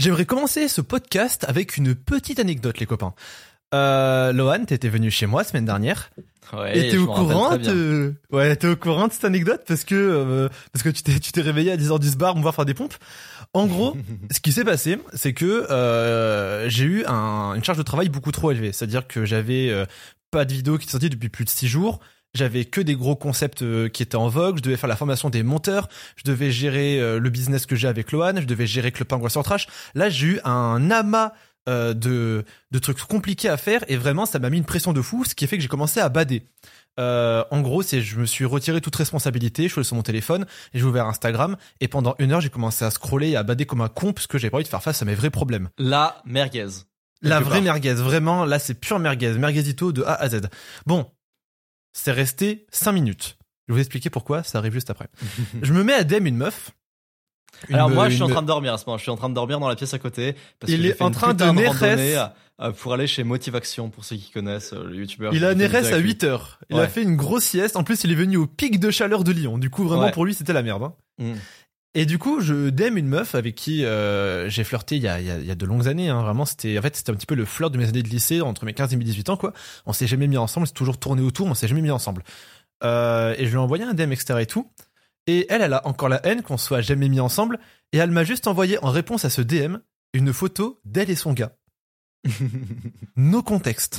J'aimerais commencer ce podcast avec une petite anecdote, les copains. Lohan, t'étais venu chez moi la semaine dernière. Ouais, Et t'es au courant t'es au courant de cette anecdote parce que tu t'es réveillé à 10h du bar, on va voir faire des pompes. En gros, ce qui s'est passé, c'est que j'ai eu une charge de travail beaucoup trop élevée. C'est-à-dire que j'avais pas de vidéo qui était sortie depuis plus de 6 jours. J'avais que des gros concepts qui étaient en vogue. Je devais faire la formation des monteurs. Je devais gérer le business que j'ai avec Lohan. Je devais gérer Club Penguin sur Trash. Là, j'ai eu un amas de trucs compliqués à faire et vraiment, ça m'a mis une pression de fou, ce qui a fait que j'ai commencé à bader. En gros, je me suis retiré toute responsabilité. Je suis allé sur mon téléphone et j'ai ouvert Instagram et pendant 1 heure, j'ai commencé à scroller et à bader comme un con parce que j'avais pas envie de faire face à mes vrais problèmes. La merguez. La vraie merguez, vraiment. Là, c'est pure merguez. Merguezito de A à Z. Bon. C'est resté 5 minutes. Je vais vous expliquer pourquoi, ça arrive juste après. Je me mets à DM une meuf. Moi, je suis en train de dormir à ce moment. Je suis en train de dormir dans la pièce à côté. Parce il que est en train de randonnée pour aller chez Motivaction, pour ceux qui connaissent le youtubeur. Il a un RS à 8h. Il a fait une grosse sieste. En plus, il est venu au pic de chaleur de Lyon. Du coup, vraiment, pour lui, c'était la merde. Hein. Et du coup, je DM une meuf avec qui j'ai flirté il y a de longues années. Hein. Vraiment, c'était un petit peu le flirt de mes années de lycée, entre mes 15 et mes 18 ans, quoi. On s'est jamais mis ensemble, c'est toujours tourné autour, on s'est jamais mis ensemble. Et je lui ai envoyé un DM, etc. et tout. Et elle a encore la haine qu'on soit jamais mis ensemble. Et elle m'a juste envoyé en réponse à ce DM une photo d'elle et son gars. No contexte.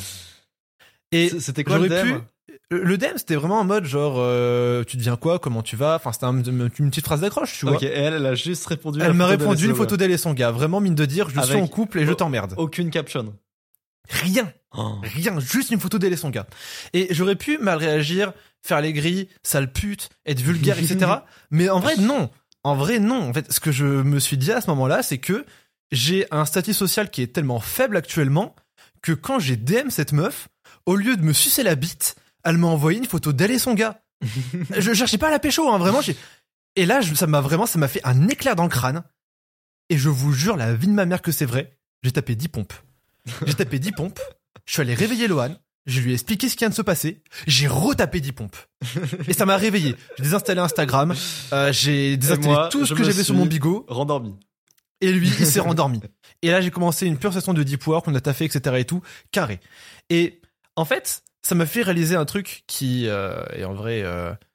Et c'était quoi le DM? Le DM, c'était vraiment en mode genre tu deviens quoi, comment tu vas, enfin c'était une petite phrase d'accroche, tu vois. Ok, et elle a juste répondu. Elle m'a répondu une photo d'elle et son gars, vraiment mine de dire je suis en couple et je t'emmerde. Aucune caption. Rien, juste une photo d'elle et son gars. Et j'aurais pu mal réagir, faire les grilles, sale pute, être vulgaire, etc. Mais en vrai non. En fait, ce que je me suis dit à ce moment-là, c'est que j'ai un statut social qui est tellement faible actuellement que quand j'ai DM cette meuf, au lieu de me sucer la bite, elle m'a envoyé une photo d'elle et son gars. Je cherchais pas à la pécho, hein, vraiment. Et là, ça m'a fait un éclair dans le crâne. Et je vous jure, la vie de ma mère que c'est vrai. J'ai tapé 10 pompes. Je suis allé réveiller Lohan. Je lui ai expliqué ce qui vient de se passer. J'ai retapé 10 pompes. Et ça m'a réveillé. J'ai désinstallé Instagram. J'ai désinstallé tout ce que j'avais sur mon bigot. Rendormi. Et lui, il s'est rendormi. Et là, j'ai commencé une pure session de deep work qu'on a taffé, etc. et tout, carré. Et en fait, ça m'a fait réaliser un truc qui est en vrai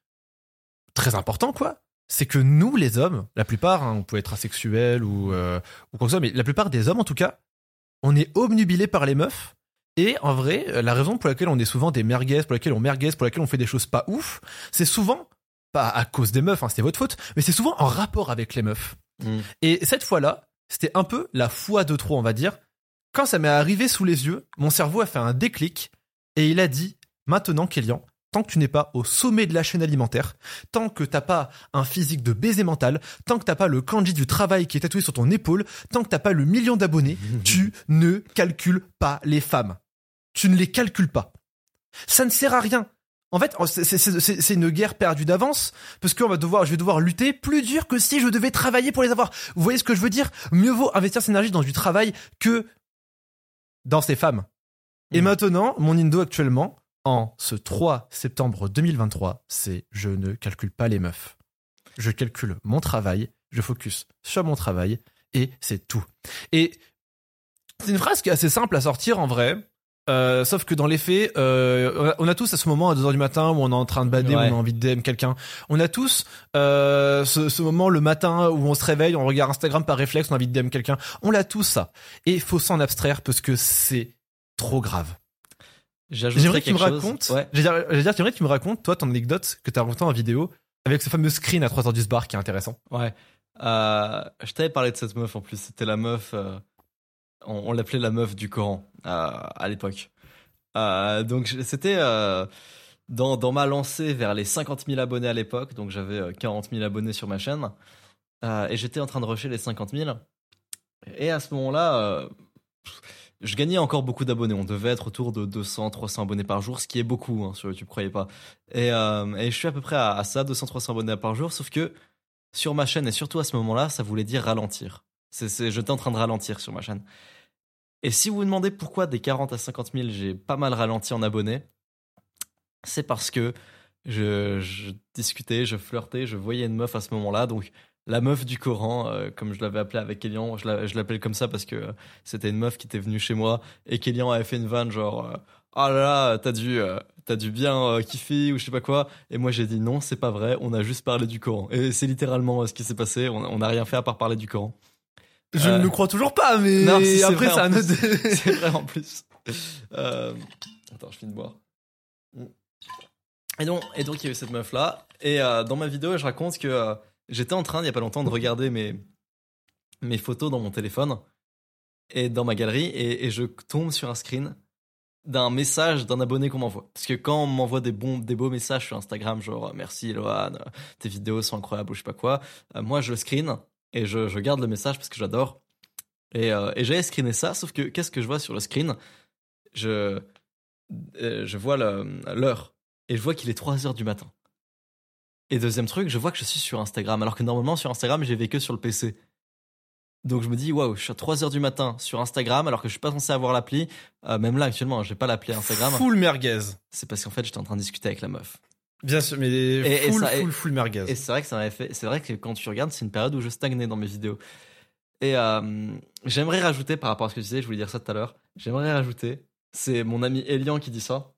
très important, quoi. C'est que nous, les hommes, la plupart, hein, on peut être asexuel ou quoi que ce soit, mais la plupart des hommes, en tout cas, on est obnubilés par les meufs. Et en vrai, la raison pour laquelle on est souvent des merguez, pour laquelle on fait des choses pas ouf, c'est souvent, pas à cause des meufs, hein, c'était votre faute, mais c'est souvent en rapport avec les meufs. Et cette fois-là, c'était un peu la fois de trop, on va dire. Quand ça m'est arrivé sous les yeux, mon cerveau a fait un déclic et il a dit « Maintenant, Kélian, tant que tu n'es pas au sommet de la chaîne alimentaire, tant que t'as pas un physique de baiser mental, tant que t'as pas le kanji du travail qui est tatoué sur ton épaule, tant que t'as pas le 1 million d'abonnés, tu ne calcules pas les femmes. Tu ne les calcules pas. Ça ne sert à rien. En fait, c'est une guerre perdue d'avance parce que je vais devoir lutter plus dur que si je devais travailler pour les avoir. Vous voyez ce que je veux dire? Mieux vaut investir cette énergie dans du travail que dans ces femmes. Et maintenant, mon indo actuellement, en ce 3 septembre 2023, c'est je ne calcule pas les meufs. Je calcule mon travail, je focus sur mon travail et c'est tout. Et c'est une phrase qui est assez simple à sortir en vrai. Sauf que dans les faits, on a tous à ce moment à 2h du matin où on est en train de bader, où on a envie de DM quelqu'un. On a tous ce moment le matin où on se réveille, on regarde Instagram par réflexe, on a envie de DM quelqu'un. On l'a tous ça. Et il faut s'en abstraire parce que c'est trop grave. J'aimerais que tu me racontes. J'aimerais que tu me racontes toi ton anecdote que t'as raconté en vidéo avec ce fameux screen à 3h du bar qui est intéressant. Ouais. Je t'avais parlé de cette meuf en plus. C'était la meuf. On l'appelait la meuf du Coran à l'époque. Donc c'était dans ma lancée vers les 50 000 abonnés à l'époque. Donc j'avais 40 000 abonnés sur ma chaîne. Et j'étais en train de rusher les 50 000. Et à ce moment-là, je gagnais encore beaucoup d'abonnés. On devait être autour de 200, 300 abonnés par jour, ce qui est beaucoup hein, sur YouTube, croyez pas. Et je suis à peu près à ça, 200, 300 abonnés par jour. Sauf que sur ma chaîne, et surtout à ce moment-là, ça voulait dire ralentir. J'étais en train de ralentir sur ma chaîne. Et si vous vous demandez pourquoi des 40 à 50 000, j'ai pas mal ralenti en abonnés, c'est parce que je discutais, je flirtais, je voyais une meuf à ce moment-là. Donc la meuf du Coran, comme je l'avais appelée avec Kélian. Je l'appelle comme ça parce que c'était une meuf qui était venue chez moi et Kélian avait fait une vanne genre ah là là, t'as dû bien kiffer ou je sais pas quoi. Et moi j'ai dit non, c'est pas vrai, on a juste parlé du Coran. Et c'est littéralement ce qui s'est passé. On n'a rien fait à part parler du Coran. Je ne le crois toujours pas, mais non, c'est après vrai, c'est un autre. C'est vrai en plus. Attends, je finis de boire. Et donc il y a eu cette meuf là. Et dans ma vidéo, je raconte que j'étais en train il y a pas longtemps de regarder mes photos dans mon téléphone et dans ma galerie et je tombe sur un screen d'un message d'un abonné qu'on m'envoie. Parce que quand on m'envoie des beaux messages sur Instagram, genre merci Elohan, tes vidéos sont incroyables ou je sais pas quoi, moi je le screen et je garde le message parce que j'adore. Et j'avais screené ça, sauf que qu'est-ce que je vois sur le screen? Je vois l'heure et je vois qu'il est 3h du matin. Et deuxième truc, je vois que je suis sur Instagram, alors que normalement sur Instagram, j'ai vécu sur le PC. Donc je me dis, waouh, je suis à 3h du matin sur Instagram, alors que je suis pas censé avoir l'appli. Même là, actuellement, j'ai pas l'appli Instagram. Full merguez. C'est parce qu'en fait, j'étais en train de discuter avec la meuf. Bien sûr, mais full merguez. Et c'est vrai que ça m'avait fait. C'est vrai que quand tu regardes, c'est une période où je stagnais dans mes vidéos. Et j'aimerais rajouter, par rapport à ce que tu disais, je voulais dire ça tout à l'heure, j'aimerais rajouter, c'est mon ami Elian qui dit ça,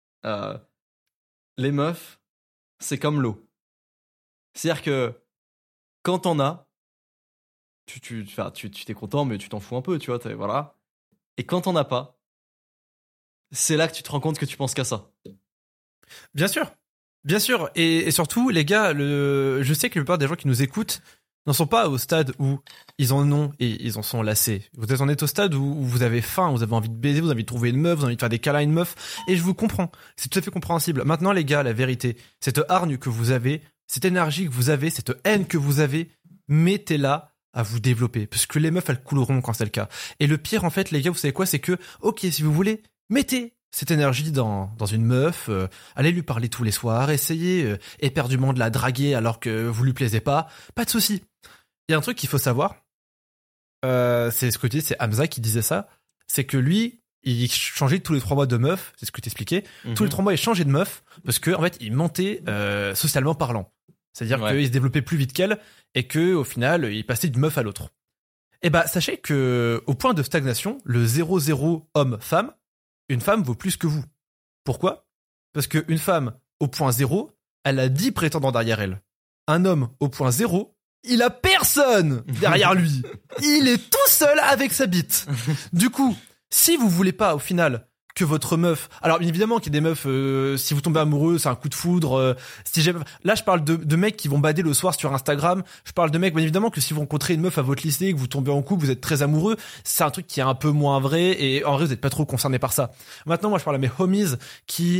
les meufs, c'est comme l'eau. C'est-à-dire que quand t'en as, tu t'es content, mais tu t'en fous un peu, tu vois, voilà. Et quand t'en as pas, c'est là que tu te rends compte que tu penses qu'à ça. Bien sûr. Bien sûr. Et surtout, les gars, je sais que la plupart des gens qui nous écoutent n'en sont pas au stade où ils en ont et ils en sont lassés. Vous en êtes au stade où vous avez faim, vous avez envie de baiser, vous avez envie de trouver une meuf, vous avez envie de faire des câlins à une meuf, et je vous comprends. C'est tout à fait compréhensible. Maintenant, les gars, la vérité, cette hargne que vous avez, cette énergie que vous avez, cette haine que vous avez, mettez-la à vous développer. Parce que les meufs, elles couleront quand c'est le cas. Et le pire, en fait, les gars, vous savez quoi? C'est que, ok, si vous voulez, mettez cette énergie dans une meuf, allez lui parler tous les soirs, essayez éperdument de la draguer alors que vous lui plaisez pas de souci. Il y a un truc qu'il faut savoir, c'est ce que tu dis, c'est Hamza qui disait ça, c'est que lui, il changeait tous les 3 mois de meuf, c'est ce que t'expliquais, tous les 3 mois il changeait de meuf, parce que en fait il montait socialement parlant. C'est-à-dire qu'il se développait plus vite qu'elle, et que au final il passait d'une meuf à l'autre. Et bah sachez que au point de stagnation, le 0-0 homme-femme, une femme vaut plus que vous. Pourquoi? Parce qu'une femme au point 0, elle a 10 prétendants derrière elle. Un homme au point 0, il a personne derrière lui. Il est tout seul avec sa bite. Du coup, si vous voulez pas au final que votre meuf... Alors bien évidemment qu'il y a des meufs, si vous tombez amoureux, c'est un coup de foudre. Là, je parle de mecs qui vont bader le soir sur Instagram. Je parle de mecs, bien évidemment, que si vous rencontrez une meuf à votre lycée, que vous tombez en couple, vous êtes très amoureux, c'est un truc qui est un peu moins vrai, et en vrai, vous n'êtes pas trop concerné par ça. Maintenant, moi, je parle à mes homies qui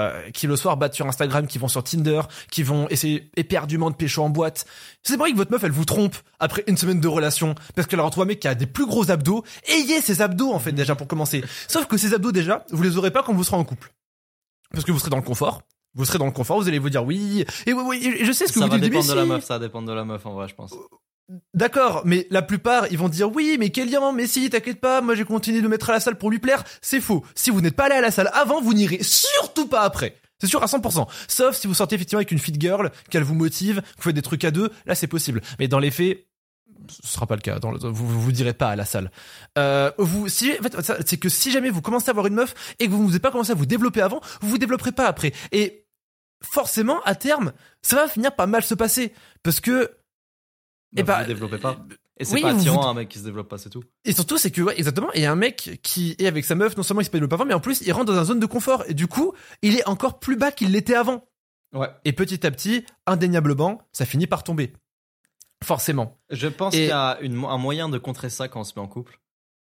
le soir battent sur Instagram, qui vont sur Tinder, qui vont essayer éperdument de pécho en boîte. C'est vrai que votre meuf, elle vous trompe après une semaine de relation, parce qu'elle a retrouvé un mec qui a des plus gros abdos. Ayez ces abdos, en fait, déjà, pour commencer. Sauf que ces abdos, déjà, vous les aurez pas quand vous serez en couple. Parce que vous serez dans le confort. Vous serez dans le confort, vous allez vous dire oui. Et je sais ce que vous dites. Ça va dépendre de la meuf, en vrai, je pense. D'accord, mais la plupart, ils vont dire oui, mais Kélian, mais si, t'inquiète pas, moi j'ai continué de me mettre à la salle pour lui plaire. C'est faux. Si vous n'êtes pas allé à la salle avant, vous n'irez surtout pas après. C'est sûr à 100%. Sauf si vous sortez effectivement avec une fit girl, qu'elle vous motive, que vous faites des trucs à deux, là c'est possible. Mais dans les faits, ce sera pas le cas. Vous direz pas à la salle. En fait, c'est que si jamais vous commencez à avoir une meuf et que vous n'avez pas commencé à vous développer avant, vous vous développerez pas après. Et forcément, à terme, ça va finir par mal se passer. Parce que... vous ne développez pas. Et c'est pas attirant un mec qui se développe pas, c'est tout. Et surtout, c'est que, ouais, exactement, il y a un mec qui est avec sa meuf, non seulement il se développe pas avant, mais en plus, il rentre dans une zone de confort. Et du coup, il est encore plus bas qu'il l'était avant. Ouais. Et petit à petit, indéniablement, ça finit par tomber. Forcément. Je pense qu'il y a un moyen de contrer ça quand on se met en couple.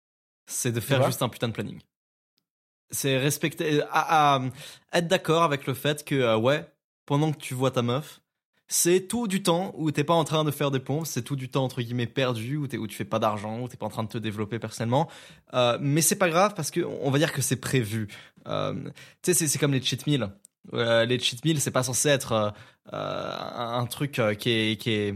C'est de faire juste un putain de planning. C'est respecter, être d'accord avec le fait que, pendant que tu vois ta meuf, c'est tout du temps où t'es pas en train de faire des pompes, c'est tout du temps entre guillemets perdu, où tu fais pas d'argent, où t'es pas en train de te développer personnellement. Mais c'est pas grave parce que on va dire que c'est prévu. Tu sais, c'est comme les cheat meals. Les cheat meals, c'est pas censé être un truc qui est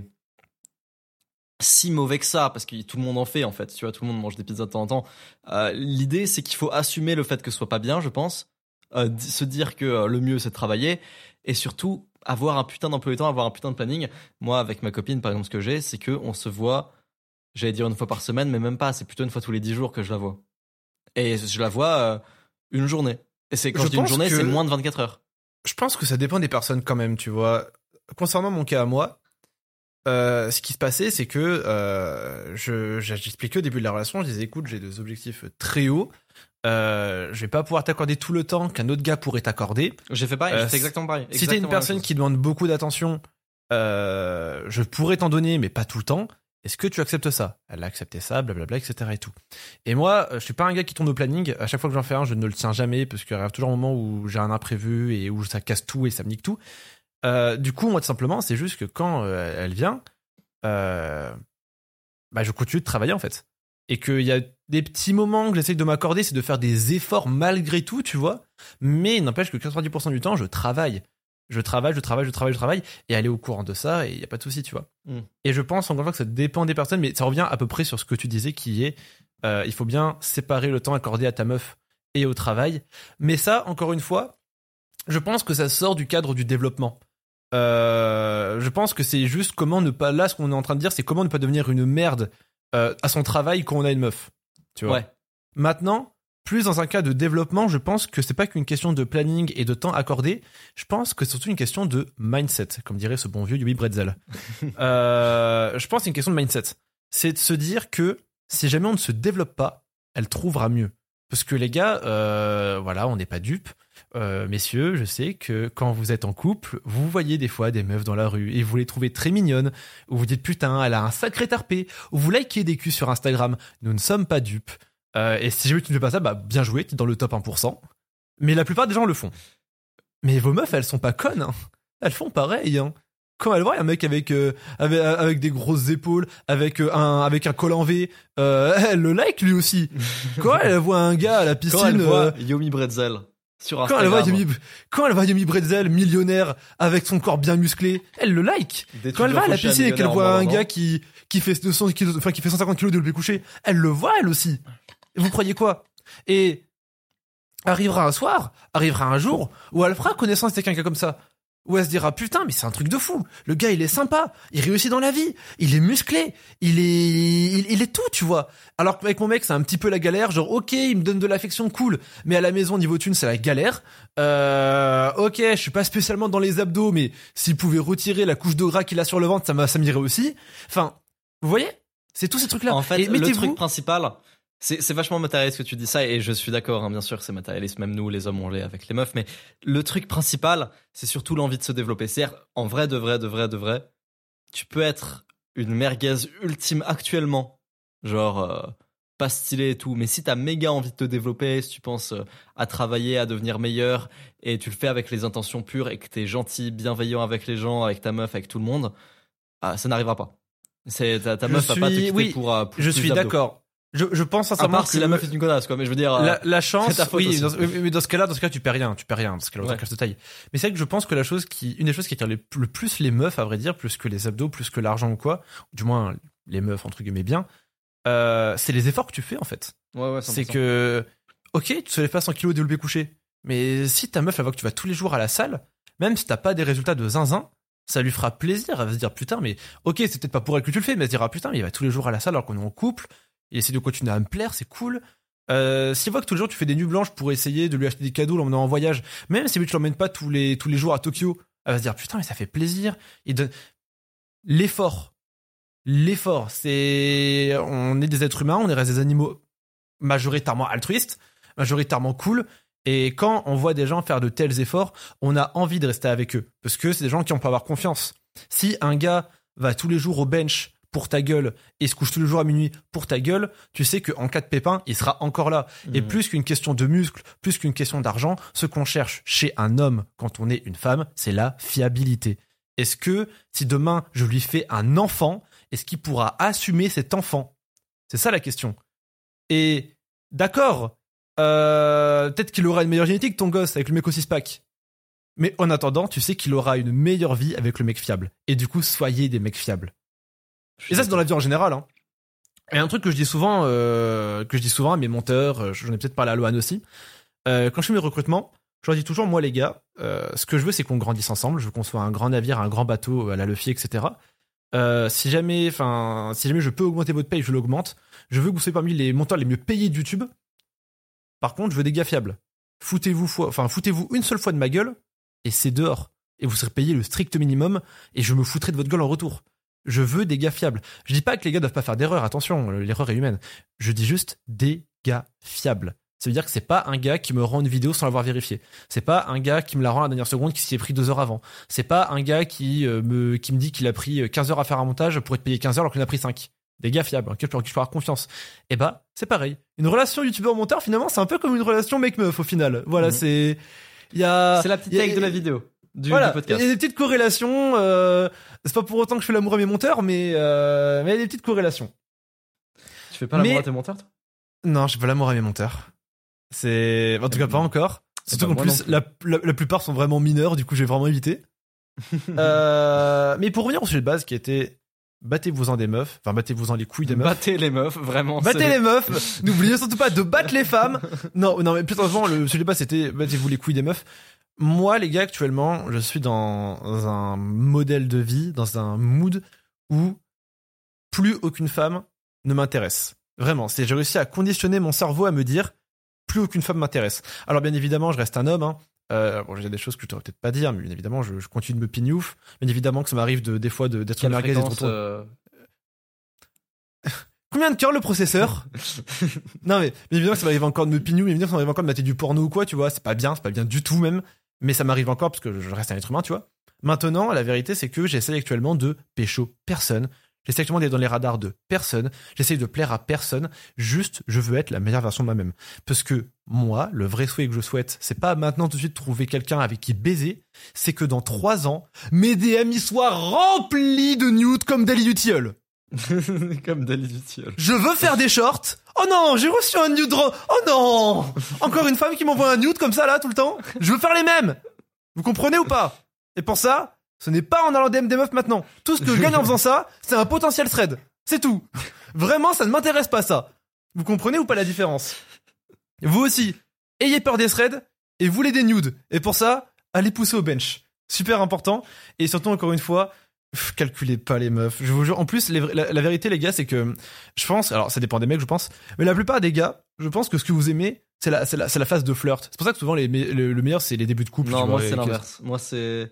si mauvais que ça, parce que tout le monde en fait en fait, tu vois, tout le monde mange des pizzas de temps en temps. L'idée, c'est qu'il faut assumer le fait que ce soit pas bien, je pense, se dire que le mieux c'est de travailler, et surtout avoir un putain d'emploi du temps, avoir un putain de planning. Moi, avec ma copine, par exemple, ce que j'ai, c'est que on se voit, j'allais dire une fois par semaine, mais même pas. C'est plutôt une fois tous les 10 jours que je la vois. Et je la vois une journée. Et c'est quand je dis une journée, c'est moins de 24 heures. Je pense que ça dépend des personnes quand même, tu vois. Concernant mon cas à moi, ce qui se passait, c'est que j'expliquais au début de la relation, je disais écoute, j'ai des objectifs très hauts. Je vais pas pouvoir t'accorder tout le temps qu'un autre gars pourrait t'accorder. J'ai fait pareil, c'est exactement pareil. Si t'es une personne qui demande beaucoup d'attention, je pourrais t'en donner, mais pas tout le temps. Est-ce que tu acceptes ça? Elle a accepté ça, blablabla, etc. et tout. Et moi, je suis pas un gars qui tourne au planning. À chaque fois que j'en fais un, je ne le tiens jamais parce qu'il arrive toujours un moment où j'ai un imprévu et où ça casse tout et ça me nique tout. Du coup, moi, tout simplement, c'est juste que quand elle vient, je continue de travailler en fait. Et qu'il y a des petits moments que j'essaye de m'accorder, c'est de faire des efforts malgré tout, tu vois. Mais il n'empêche que 90% du temps, je travaille. Je travaille, et elle est au courant de ça, et il n'y a pas de souci, tu vois. Et je pense encore une fois que ça dépend des personnes, mais ça revient à peu près sur ce que tu disais, qui est, il faut bien séparer le temps accordé à ta meuf et au travail. Mais ça, encore une fois, je pense que ça sort du cadre du développement. Je pense que c'est juste comment ne pas, là, ce qu'on est en train de dire, c'est comment ne pas devenir une merde à son travail quand on a une meuf. Tu vois. Ouais. Maintenant, plus dans un cas de développement, je pense que c'est pas qu'une question de planning et de temps accordé. Je pense que c'est surtout une question de mindset, comme dirait ce bon vieux Yumi Bretzel. Je pense que c'est une question de mindset. C'est de se dire que si jamais on ne se développe pas, elle trouvera mieux. Parce que les gars, on n'est pas dupes. Messieurs, je sais que quand vous êtes en couple, vous voyez des fois des meufs dans la rue et vous les trouvez très mignonnes, ou vous dites putain, elle a un sacré tarpé, ou vous likez des culs sur Instagram. Nous ne sommes pas dupes. Et si jamais tu ne fais pas ça, bien joué, t'es dans le top 1%. Mais la plupart des gens le font. Mais vos meufs, elles sont pas connes, hein. Elles font pareil, hein. Quand elles voient un mec avec des grosses épaules, avec un col en V, elle le like lui aussi. Quand elle voit un gars à la piscine, quand elle voit Yomi Bretzel sur Instagram, quand elle voit Yomi Bretzel millionnaire avec son corps bien musclé, elle le like. Quand elle va à la piscine et qu'elle voit un gars qui fait 200 kilos, qui fait 150 kilos de développé couché, elle le voit elle aussi. Vous croyez quoi? Et arrivera un jour où elle fera connaissance avec quelqu'un comme ça. Où elle se dira putain mais c'est un truc de fou. Le gars il est sympa, il réussit dans la vie, il est musclé, il est tout tu vois. Alors qu'avec mon mec c'est un petit peu la galère, genre ok il me donne de l'affection cool, mais à la maison niveau thune c'est la galère. Ok je suis pas spécialement dans les abdos mais s'il pouvait retirer la couche de gras qu'il a sur le ventre ça m'irait aussi. Enfin vous voyez c'est tous ces trucs là. En fait le truc principal c'est vachement matérialiste que tu dis ça et je suis d'accord, hein, bien sûr, c'est matérialiste, même nous, les hommes, on l'est avec les meufs, mais le truc principal, c'est surtout l'envie de se développer. C'est-à-dire, en vrai, de vrai, tu peux être une merguez ultime actuellement, genre pas stylé et tout, mais si t'as méga envie de te développer, si tu penses à travailler, à devenir meilleur, et tu le fais avec les intentions pures et que t'es gentil, bienveillant avec les gens, avec ta meuf, avec tout le monde, ça n'arrivera pas. Ta meuf va pas te quitter pour je suis d'accord. Je pense sincèrement que si la meuf est une connasse, quoi, mais je veux dire. La chance, oui, mais dans ce cas-là, tu perds rien, parce qu'elle ouais. se taille. Mais c'est vrai que je pense que une des choses qui attire le plus les meufs, à vrai dire, plus que les abdos, plus que l'argent ou quoi, ou du moins, les meufs, entre guillemets, bien, c'est les efforts que tu fais, en fait. Ouais, c'est que, ok, tu te lèves pas 100 kilos développé couché. Mais si ta meuf, elle voit que tu vas tous les jours à la salle, même si t'as pas des résultats de zinzin, ça lui fera plaisir. Elle va se dire, putain, mais, ok, c'est peut-être pas pour elle que tu le fais, mais elle se dira, putain, mais il va tous les jours à la salle alors qu'on est en couple. Il essaie de continuer à me plaire, c'est cool. S'il voit que tous les jours tu fais des nuits blanches pour essayer de lui acheter des cadeaux, l'emmener en voyage, même si tu l'emmènes pas tous les jours à Tokyo, elle va se dire putain mais ça fait plaisir. Il donne l'effort, c'est on est des êtres humains, on est des animaux majoritairement altruistes, majoritairement cool. Et quand on voit des gens faire de tels efforts, on a envie de rester avec eux parce que c'est des gens qui on peut avoir confiance. Si un gars va tous les jours au bench pour ta gueule et se couche tous les jours à minuit pour ta gueule, tu sais qu'en cas de pépin, il sera encore là. Et plus qu'une question de muscle, plus qu'une question d'argent, ce qu'on cherche chez un homme quand on est une femme, c'est la fiabilité. Est-ce que si demain je lui fais un enfant, est-ce qu'il pourra assumer cet enfant? C'est ça la question. Et d'accord, peut-être qu'il aura une meilleure génétique ton gosse avec le mec au six-pack. Mais en attendant, tu sais qu'il aura une meilleure vie avec le mec fiable. Et du coup, soyez des mecs fiables. Et ça c'est dans la vie en général hein. Et un truc que je dis souvent à mes monteurs, j'en ai peut-être parlé à Lohan aussi, quand je fais mes recrutements, je leur dis toujours, moi les gars, ce que je veux c'est qu'on grandisse ensemble, je veux qu'on soit un grand navire, un grand bateau à la Luffy, etc. Si jamais je peux augmenter votre paye, je l'augmente. Je veux que vous soyez parmi les monteurs les mieux payés de YouTube. Par contre, je veux des gars fiables. Foutez-vous une seule fois de ma gueule et c'est dehors. Et vous serez payé le strict minimum et je me foutrai de votre gueule en retour. Je veux des gars fiables. Je dis pas que les gars doivent pas faire d'erreur, attention, l'erreur est humaine. Je dis juste des gars fiables. Ça veut dire que c'est pas un gars qui me rend une vidéo sans l'avoir vérifié. C'est pas un gars qui me la rend à la dernière seconde qui s'y est pris 2 heures avant. C'est pas un gars qui me dit qu'il a pris 15 heures à faire un montage pour être payé 15 heures alors qu'il en a pris 5. Des gars fiables, hein, qui je peux avoir confiance. Et bah, c'est pareil. Une relation youtubeur-monteur, finalement, c'est un peu comme une relation mec-meuf, au final. Voilà, c'est la petite take de la vidéo. Du voilà, podcast. il y a des petites corrélations. C'est pas pour autant que je fais l'amour à mes monteurs, mais il y a des petites corrélations. Tu fais pas l'amour à tes monteurs, toi? Non, je fais pas l'amour à mes monteurs. En tout cas, pas encore. Surtout qu'en plus, la plupart sont vraiment mineurs, du coup, j'ai vraiment évité. Mais pour revenir au sujet de base qui était battez-vous-en des meufs, enfin battez-vous-en les couilles des meufs. Battez les meufs, vraiment. Battez les meufs. N'oubliez surtout pas de battre les femmes. Non, mais plus sérieusement, le sujet de base c'était battez-vous les couilles des meufs. Moi, les gars, actuellement, je suis dans un modèle de vie, dans un mood où plus aucune femme ne m'intéresse. Vraiment, j'ai réussi à conditionner mon cerveau à me dire plus aucune femme m'intéresse. Alors bien évidemment, je reste un homme, hein. Bon, j'ai des choses que je devrais peut-être pas dire, mais bien évidemment, je continue de me pignouf. Bien évidemment que ça m'arrive des fois d'être une merguez et de retourner. Combien de cœurs le processeur? Non mais bien évidemment que ça m'arrive encore de me pignouf, bien évidemment que ça m'arrive encore de mater du porno ou quoi, tu vois, c'est pas bien du tout même, mais ça m'arrive encore parce que je reste un être humain, tu vois. Maintenant, la vérité c'est que j'essaye actuellement de pécho personne. J'essaie actuellement d'être dans les radars de personne. J'essaie de plaire à personne. Juste, je veux être la meilleure version de moi-même. Parce que moi, le vrai souhait que je souhaite, c'est pas maintenant tout de suite trouver quelqu'un avec qui baiser. C'est que dans 3 ans, mes DM y soient remplis de nudes comme Dali du tilleul. Comme Dali du tilleul. Je veux faire des shorts. Oh non, j'ai reçu un nude. Oh non, encore une femme qui m'envoie un nude comme ça là tout le temps. Je veux faire les mêmes. Vous comprenez ou pas? Et pour ça, ce n'est pas en allant DM des meufs maintenant. Tout ce que je gagne en faisant ça, c'est un potentiel thread. C'est tout. Vraiment, ça ne m'intéresse pas ça. Vous comprenez ou pas la différence? Vous aussi, ayez peur des threads et voulez des nudes. Et pour ça, allez pousser au bench. Super important. Et surtout, encore une fois, calculez pas les meufs. Je vous jure. En plus, la vérité, les gars, c'est que je pense, alors ça dépend des mecs, je pense, mais la plupart des gars, je pense que ce que vous aimez, c'est la phase de flirt. C'est pour ça que souvent le meilleur, c'est les débuts de couple. Non, moi c'est l'inverse. Moi c'est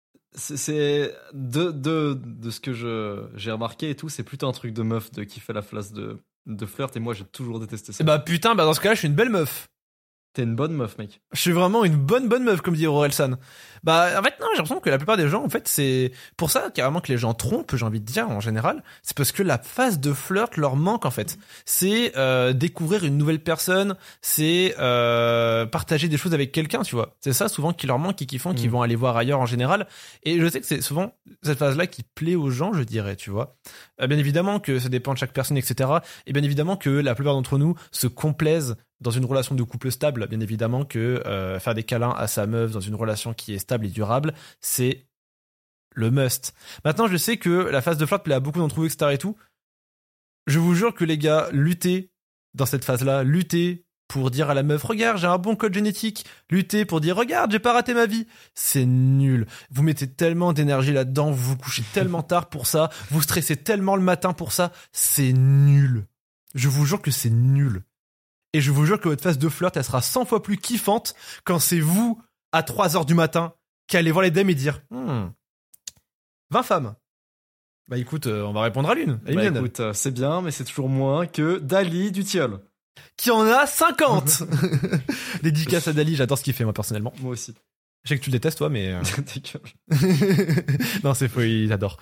de ce que j'ai remarqué et tout, c'est plutôt un truc de meuf qui fait la phase de flirt, et moi j'ai toujours détesté ça. Bah putain, dans ce cas-là, je suis une belle meuf. T'es une bonne meuf, mec. Je suis vraiment une bonne meuf, comme dit Orelsan. Bah, en fait, non, j'ai l'impression que la plupart des gens, en fait, c'est pour ça carrément que les gens trompent, j'ai envie de dire, en général. C'est parce que la phase de flirt leur manque, en fait. C'est découvrir une nouvelle personne, c'est partager des choses avec quelqu'un, tu vois. C'est ça, souvent, qui leur manque et qui font qu'ils vont aller voir ailleurs, en général. Et je sais que c'est souvent cette phase-là qui plaît aux gens, je dirais, tu vois. Bien évidemment que ça dépend de chaque personne, etc. Et bien évidemment que la plupart d'entre nous se complaisent dans une relation de couple stable, bien évidemment que faire des câlins à sa meuf dans une relation qui est stable et durable, c'est le must. Maintenant, je sais que la phase de flirt plaît à beaucoup d'entre vous, etc. et tout. Je vous jure que les gars, luttez dans cette phase-là, luttez pour dire à la meuf, regarde, j'ai un bon code génétique, luttez pour dire, regarde, j'ai pas raté ma vie. C'est nul. Vous mettez tellement d'énergie là-dedans, vous vous couchez tellement tard pour ça, vous stressez tellement le matin pour ça, c'est nul. Je vous jure que c'est nul. Et je vous jure que votre phase de flirt, elle sera 100 fois plus kiffante quand c'est vous, à 3h du matin, qui allez voir les dames et dire 20 femmes. Bah écoute, on va répondre à l'une. Bah écoute, c'est bien, mais c'est toujours moins que Dali du tilleul. Qui en a 50. Dédicace à Dali, j'adore ce qu'il fait, moi, personnellement. Moi aussi. Je sais que tu le détestes, toi, mais... non, c'est faux, il adore.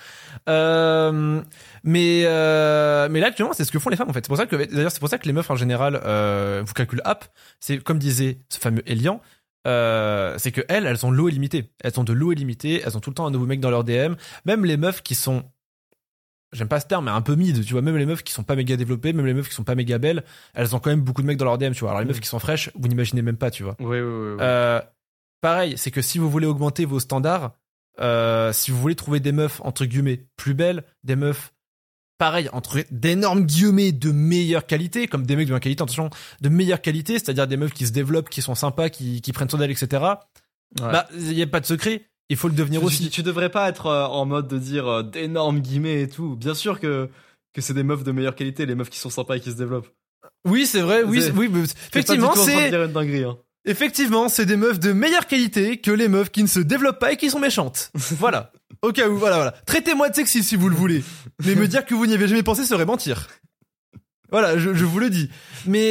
Mais là, actuellement, c'est ce que font les femmes, en fait. C'est pour ça que, d'ailleurs, c'est pour ça que les meufs, en général, vous calculent app. C'est, comme disait ce fameux Elian, c'est que elles ont l'eau illimitée. Elles ont de l'eau illimitée, elles ont tout le temps un nouveau mec dans leur DM. Même les meufs qui sont... J'aime pas ce terme, mais un peu mid, tu vois. Même les meufs qui sont pas méga développées, même les meufs qui sont pas méga belles, elles ont quand même beaucoup de mecs dans leur DM, tu vois. Alors les meufs qui sont fraîches, vous n'imaginez même pas, tu vois. Oui. Pareil, c'est que si vous voulez augmenter vos standards, si vous voulez trouver des meufs, entre guillemets, plus belles, des meufs pareil, entre d'énormes guillemets de meilleure qualité, comme des mecs de meilleure qualité, attention, de meilleure qualité, c'est-à-dire des meufs qui se développent, qui sont sympas, qui prennent soin d'elles, etc. Ouais. Bah, il y a pas de secret. Il faut le devenir aussi. Tu devrais pas être en mode de dire d'énormes guillemets et tout. Bien sûr que c'est des meufs de meilleure qualité, les meufs qui sont sympas et qui se développent. Oui, c'est vrai, oui, mais effectivement, c'est dire une dinguerie, hein. Effectivement, c'est des meufs de meilleure qualité que les meufs qui ne se développent pas et qui sont méchantes. Voilà. Au cas où, voilà. Traitez-moi de sexy si vous le voulez. Mais me dire que vous n'y avez jamais pensé serait mentir. Voilà, je vous le dis. Mais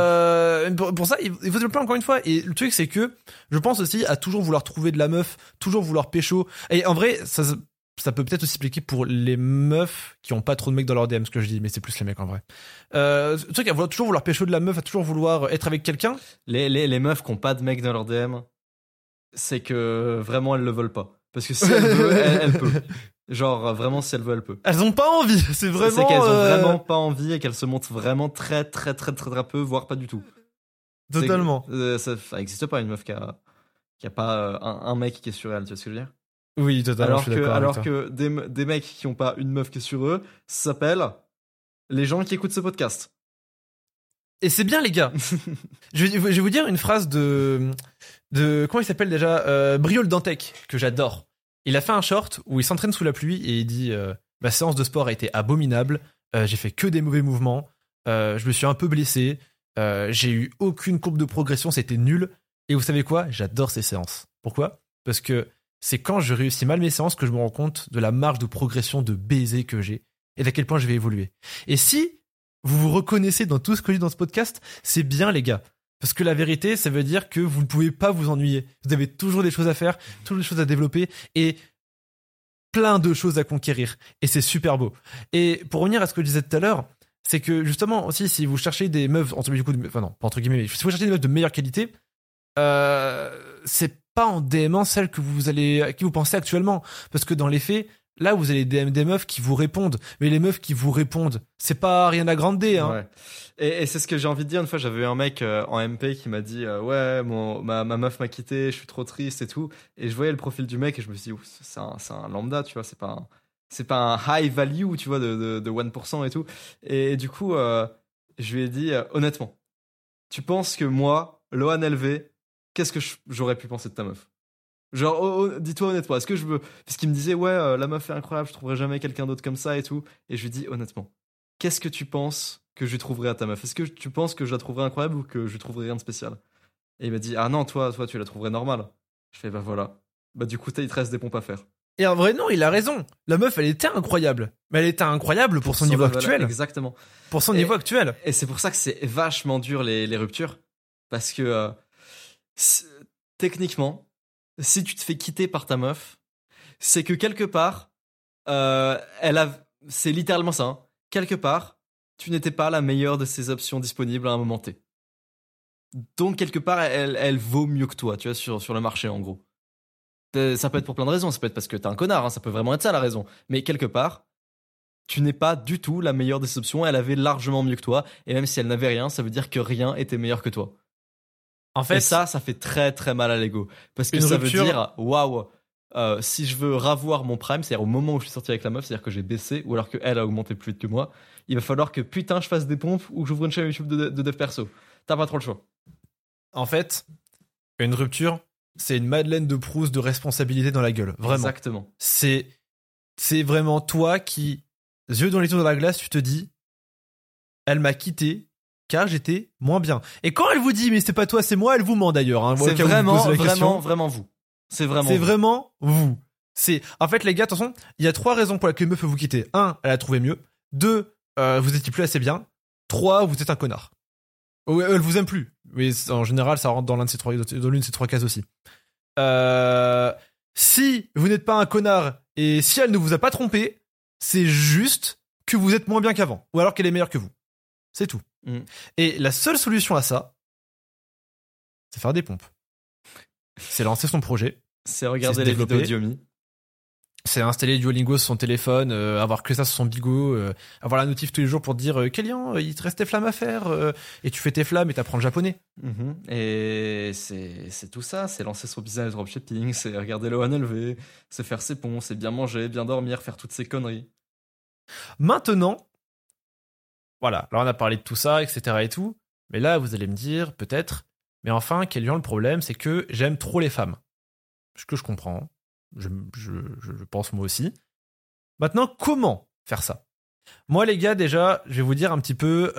pour ça, il faut développer encore une fois. Et le truc, c'est que je pense aussi à toujours vouloir trouver de la meuf, toujours vouloir pécho. Et en vrai, ça peut peut-être aussi s'appliquer pour les meufs qui ont pas trop de mecs dans leur DM, ce que je dis, mais c'est plus les mecs en vrai. Le truc, à toujours vouloir pécho de la meuf, à toujours vouloir être avec quelqu'un. Les meufs qui ont pas de mecs dans leur DM, c'est que vraiment elles le veulent pas. Parce que si elle veut, elle peut. Genre, vraiment, si elle veut, elle peut. Elles ont pas envie, c'est vraiment... C'est qu'elles ont vraiment pas envie et qu'elles se montrent vraiment très peu, voire pas du tout. Totalement. Ça existe pas, une meuf qui a pas un mec qui est sur elle, tu vois ce que je veux dire? Oui, totalement, alors que des mecs qui ont pas une meuf qui est sur eux, ça s'appelle les gens qui écoutent ce podcast. Et c'est bien, les gars. je vais vous dire une phrase de comment il s'appelle déjà, Briol Dantec, que j'adore. Il a fait un short où il s'entraîne sous la pluie et il dit ma séance de sport a été abominable, j'ai fait que des mauvais mouvements, je me suis un peu blessé, j'ai eu aucune courbe de progression, c'était nul. Et vous savez quoi? J'adore ces séances. Pourquoi? Parce que c'est quand je réussis mal mes séances que je me rends compte de la marge de progression de baiser que j'ai et d'à quel point je vais évoluer. Et si vous vous reconnaissez dans tout ce que je dis dans ce podcast, c'est bien, les gars. Parce que la vérité, ça veut dire que vous ne pouvez pas vous ennuyer. Vous avez toujours des choses à faire, toujours des choses à développer et plein de choses à conquérir. Et c'est super beau. Et pour revenir à ce que je disais tout à l'heure, c'est que justement aussi, si vous cherchez des meufs, enfin non, pas entre guillemets, mais si vous cherchez des meufs de meilleure qualité, c'est pas en DMant celle à qui vous pensez actuellement. Parce que dans les faits, là, vous avez des meufs qui vous répondent. Mais les meufs qui vous répondent, c'est pas rien à grandir, hein. Ouais. Et c'est ce que j'ai envie de dire. Une fois, j'avais eu un mec en MP qui m'a dit ouais, ma meuf m'a quitté, je suis trop triste et tout. Et je voyais le profil du mec et je me suis dit c'est un lambda, tu vois, c'est pas un high value, tu vois, de 1% et tout. Et du coup, je lui ai dit honnêtement, tu penses que moi, Lohan LV, qu'est-ce que j'aurais pu penser de ta meuf? Genre, dis-toi honnêtement, est-ce que je veux... Parce qu'il me disait, ouais, la meuf est incroyable, je trouverai jamais quelqu'un d'autre comme ça et tout. Et je lui dis, honnêtement, qu'est-ce que tu penses que je lui trouverais à ta meuf? Est-ce que tu penses que je la trouverais incroyable ou que je lui trouverais rien de spécial? Et il m'a dit, ah non, toi, tu la trouverais normale. Je fais, bah voilà. Bah du coup, il te reste des pompes à faire. Et en vrai, non, il a raison. La meuf, elle était incroyable. Mais elle était incroyable pour son niveau actuel. Exactement. Pour son niveau actuel. Et c'est pour ça que c'est vachement dur les ruptures. Parce que, techniquement, si tu te fais quitter par ta meuf, c'est que quelque part, c'est littéralement ça, hein. Quelque part, tu n'étais pas la meilleure de ses options disponibles à un moment T. Donc, quelque part, elle vaut mieux que toi, tu vois, sur le marché, en gros. Ça peut être pour plein de raisons, ça peut être parce que t'es un connard, hein, ça peut vraiment être ça la raison. Mais quelque part, tu n'es pas du tout la meilleure des options, elle avait largement mieux que toi, et même si elle n'avait rien, ça veut dire que rien était meilleur que toi. En fait, et ça fait très très mal à l'ego. Parce que ça veut dire, waouh, si je veux ravoir mon prime, c'est-à-dire au moment où je suis sorti avec la meuf, c'est-à-dire que j'ai baissé, ou alors qu'elle a augmenté plus vite que moi, il va falloir que putain je fasse des pompes ou que j'ouvre une chaîne YouTube de dev perso. T'as pas trop le choix. En fait, une rupture, c'est une Madeleine de Proust de responsabilité dans la gueule. Vraiment. Exactement. C'est vraiment toi qui, yeux dans les yeux dans la glace, tu te dis, elle m'a quitté car j'étais moins bien. Et quand elle vous dit, mais c'est pas toi, c'est moi, elle vous ment d'ailleurs. Hein, c'est vraiment vous. C'est vraiment vous. En fait, les gars, attention, il y a 3 raisons pour lesquelles une meuf peut vous quitter. 1, elle a trouvé mieux. 2, vous étiez plus assez bien. 3, vous êtes un connard. Elle vous aime plus. Mais en général, ça rentre dans l'une de ces 3 cases aussi. Si vous n'êtes pas un connard et si elle ne vous a pas trompé, c'est juste que vous êtes moins bien qu'avant. Ou alors qu'elle est meilleure que vous. C'est tout. Et la seule solution à ça, c'est faire des pompes. C'est lancer son projet. C'est regarder les vidéos d'Yomi. C'est installer Duolingo sur son téléphone, avoir que ça sur son bigot, avoir la notif tous les jours pour te dire Kélian, il te reste tes flammes à faire, et tu fais tes flammes et t'apprends le japonais. Et c'est tout ça, c'est lancer son business de dropshipping, c'est regarder le 1LV, c'est faire ses ponts, c'est bien manger, bien dormir, faire toutes ces conneries. Maintenant, voilà, là on a parlé de tout ça, etc. et tout, mais là vous allez me dire, peut-être, mais enfin, Kélian, le problème, c'est que j'aime trop les femmes. Ce que je comprends, je pense moi aussi. Maintenant, comment faire ça ? Moi, les gars, déjà, je vais vous dire un petit peu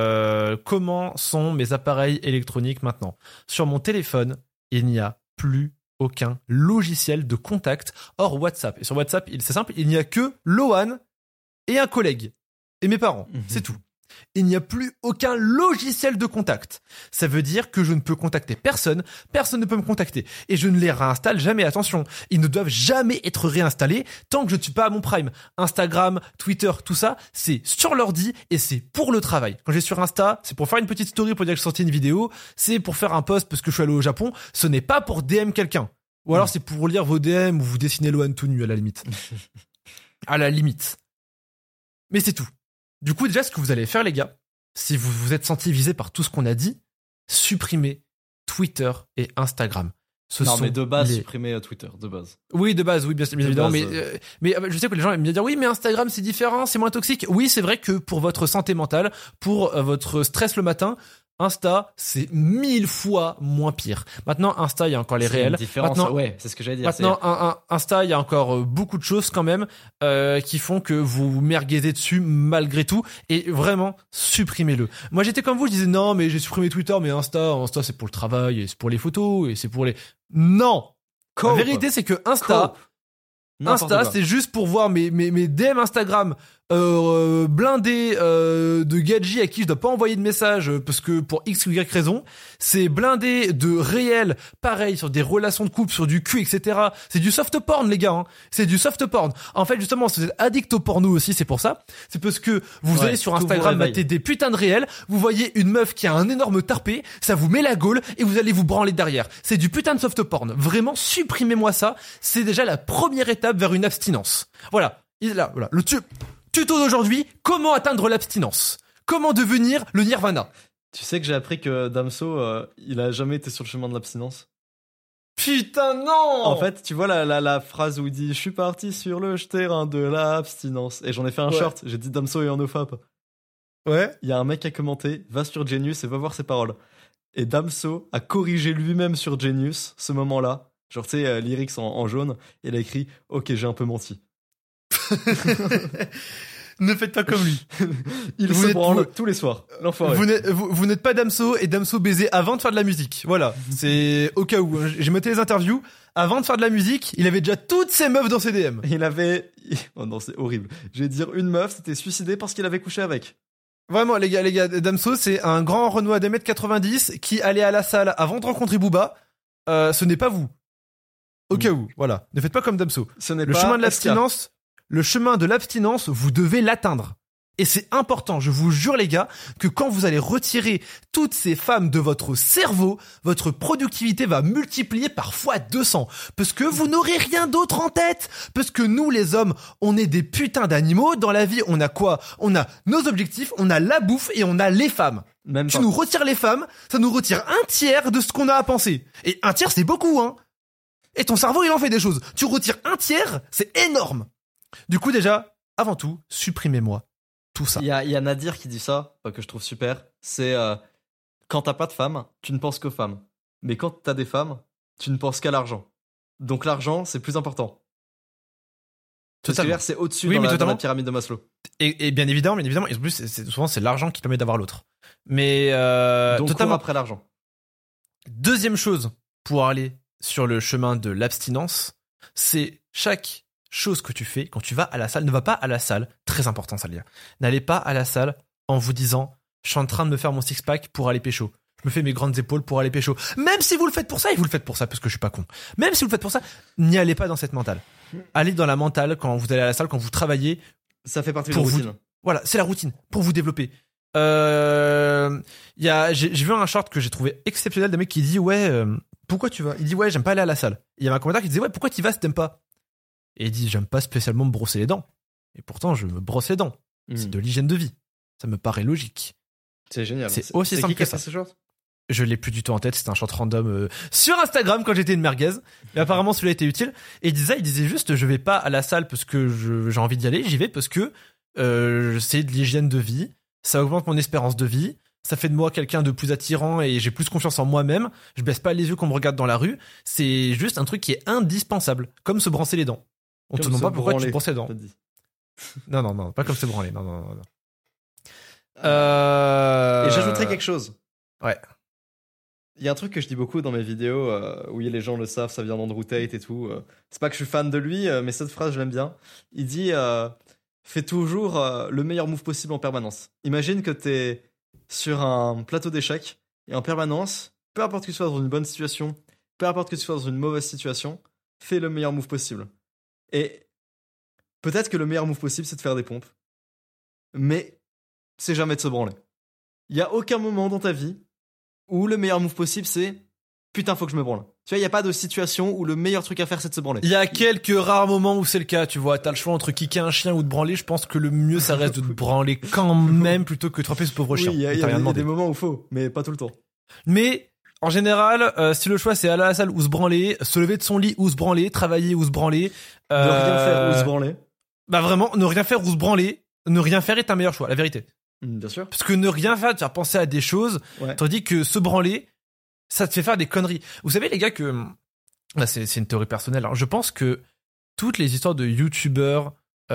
comment sont mes appareils électroniques maintenant. Sur mon téléphone, il n'y a plus aucun logiciel de contact hors WhatsApp. Et sur WhatsApp, c'est simple, il n'y a que Loan et un collègue. Et mes parents, c'est tout. Il n'y a plus aucun logiciel de contact. Ça veut dire que je ne peux contacter personne, personne ne peut me contacter. Et je ne les réinstalle jamais, attention. Ils ne doivent jamais être réinstallés tant que je ne suis pas à mon prime. Instagram, Twitter, tout ça, c'est sur l'ordi et c'est pour le travail. Quand je vais sur Insta, c'est pour faire une petite story pour dire que je sortis une vidéo, c'est pour faire un post parce que je suis allé au Japon, ce n'est pas pour DM quelqu'un. Ou alors c'est pour lire vos DM ou vous dessiner Loan tout nu à la limite. À la limite. Mais c'est tout. Du coup, déjà, ce que vous allez faire, les gars, si vous vous êtes senti visé par tout ce qu'on a dit, supprimez Twitter et Instagram. Mais de base, supprimez Twitter, de base. Oui, de base, oui, bien évidemment. Mais je sais que les gens aiment bien dire, oui, mais Instagram, c'est différent, c'est moins toxique. Oui, c'est vrai que pour votre santé mentale, pour votre stress le matin, Insta, c'est 1000 fois moins pire. Maintenant, Insta, il y a encore les réels. Maintenant, ouais, c'est ce que j'allais dire. Maintenant, Insta, il y a encore beaucoup de choses quand même qui font que vous vous merguezez dessus malgré tout. Et vraiment, supprimez-le. Moi, j'étais comme vous, je disais non, mais j'ai supprimé Twitter, mais Insta, c'est pour le travail, et c'est pour les photos, et c'est pour les... Non. La vérité, c'est que Insta, c'est juste pour voir mes DM Instagram blindés de gadgets à qui je dois pas envoyer de message parce que pour X ou Y raison. C'est blindé de réels, pareil, sur des relations de couple, sur du cul, etc. C'est du soft porn, les gars. Hein. C'est du soft porn. En fait, justement, si vous êtes addict au porno aussi, c'est pour ça. C'est parce que vous allez sur Instagram mater des putains de réels, vous voyez une meuf qui a un énorme tarpé, ça vous met la gaule et vous allez vous branler derrière. C'est du putain de soft porn. Vraiment, supprimez-moi ça. C'est déjà la première étape vers une abstinence. Voilà. Voilà. Le tuto d'aujourd'hui, comment atteindre l'abstinence ? Comment devenir le nirvana ? Tu sais que j'ai appris que Damso, il a jamais été sur le chemin de l'abstinence. Putain, non ! En fait, tu vois la phrase où il dit « Je suis parti sur le terrain de l'abstinence ». Et j'en ai fait un short, j'ai dit « Damso est en nofap ». Ouais. Il y a un mec qui a commenté « Va sur Genius et va voir ses paroles ». Et Damso a corrigé lui-même sur Genius, ce moment-là. Genre, tu sais, lyrics en jaune. Et il a écrit « Ok, j'ai un peu menti ». Ne faites pas comme lui. Il se branle tous les soirs. L'enfoiré. Vous n'êtes pas Damso et Damso baiser avant de faire de la musique. Voilà. C'est au cas où. J'ai noté les interviews. Avant de faire de la musique, il avait déjà toutes ses meufs dans ses DM. Oh non, c'est horrible. Je vais dire une meuf s'était suicidée parce qu'il avait couché avec. Vraiment, les gars, Damso, c'est un grand Renoir d'1m90 qui allait à la salle avant de rencontrer Booba. Ce n'est pas vous. Au cas où. Voilà. Ne faites pas comme Damso. Le chemin de l'abstinence. Le chemin de l'abstinence, vous devez l'atteindre. Et c'est important, je vous jure les gars, que quand vous allez retirer toutes ces femmes de votre cerveau, votre productivité va multiplier par fois 200. Parce que vous n'aurez rien d'autre en tête. Parce que nous les hommes, on est des putains d'animaux. Dans la vie, on a quoi ? On a nos objectifs, on a la bouffe et on a les femmes. Tu nous retires les femmes, ça nous retire un tiers de ce qu'on a à penser. Et un tiers, c'est beaucoup, hein. Et ton cerveau, il en fait des choses. Tu retires un tiers, c'est énorme. Du coup, déjà, avant tout, supprimez-moi tout ça. Il y a Nadir qui dit ça, que je trouve super. C'est quand t'as pas de femmes, tu ne penses qu'aux femmes. Mais quand t'as des femmes, tu ne penses qu'à l'argent. Donc l'argent, c'est plus important. C'est au-dessus dans la pyramide de Maslow. Et bien évidemment. Et en plus, souvent, c'est l'argent qui permet d'avoir l'autre. Mais donc totalement après l'argent. Deuxième chose pour aller sur le chemin de l'abstinence, c'est chaque chose que tu fais quand tu vas à la salle. Ne va pas à la salle, très important ça les gars. N'allez pas à la salle en vous disant je suis en train de me faire mon six-pack pour aller pécho. Je me fais mes grandes épaules pour aller pécho. Même si vous le faites pour ça, et vous le faites pour ça parce que je suis pas con. Même si vous le faites pour ça, n'y allez pas dans cette mentale. Allez dans la mentale quand vous allez à la salle, quand vous travaillez. Ça fait partie de la routine. Voilà, c'est la routine pour vous développer. J'ai vu un short que j'ai trouvé exceptionnel d'un mec qui dit pourquoi tu vas ? Il dit j'aime pas aller à la salle. Il y avait un commentaire qui disait pourquoi tu vas si t'aimes pas ? Et il dit j'aime pas spécialement me brosser les dents. Et pourtant je me brosse les dents. C'est de l'hygiène de vie. Ça me paraît logique. C'est génial. C'est aussi simple que ça. Ce short ? Je l'ai plus du tout en tête, c'était un short random sur Instagram quand j'étais une merguez. Mais apparemment celui-là était utile. Et il disait juste je vais pas à la salle parce que j'ai envie d'y aller, j'y vais parce que c'est de l'hygiène de vie, ça augmente mon espérance de vie, ça fait de moi quelqu'un de plus attirant et j'ai plus confiance en moi-même, je baisse pas les yeux quand on me regarde dans la rue, c'est juste un truc qui est indispensable, comme se brosser les dents. On te Comme demande se pas pourquoi tu branler, te brosses les dents. t'as dit. Non, pas comme se branler, non. Et j'ajouterais quelque chose. Ouais. Il y a un truc que je dis beaucoup dans mes vidéos, oui, les gens le savent, ça vient d'Andrew Tate et tout. C'est pas que je suis fan de lui, mais cette phrase, je l'aime bien. Il dit fais toujours le meilleur move possible en permanence. Imagine que t'es sur un plateau d'échecs et en permanence, peu importe que tu sois dans une bonne situation, peu importe que tu sois dans une mauvaise situation, fais le meilleur move possible. Et peut-être que le meilleur move possible, c'est de faire des pompes. Mais c'est jamais de se branler. Il y a aucun moment dans ta vie où le meilleur move possible, c'est putain, faut que je me branle. Tu vois, il y a pas de situation où le meilleur truc à faire, c'est de se branler. Il y a quelques rares moments où c'est le cas, tu vois. T'as le choix entre kicker un chien ou de branler. Je pense que le mieux, ça reste de te branler quand même plutôt que de frapper ce pauvre chien. Oui, il y a des moments où faut, mais pas tout le temps. Mais en général, si le choix c'est aller à la salle ou se branler, se lever de son lit ou se branler, travailler ou se branler, Ne rien faire ou se branler. Bah vraiment, ne rien faire ou se branler, ne rien faire est un meilleur choix, la vérité. Bien sûr. Parce que ne rien faire, te faire penser à des choses, Ouais. tandis que se branler, ça te fait faire des conneries. Vous savez les gars que là c'est une théorie personnelle. Hein, je pense que toutes les histoires de youtubeurs,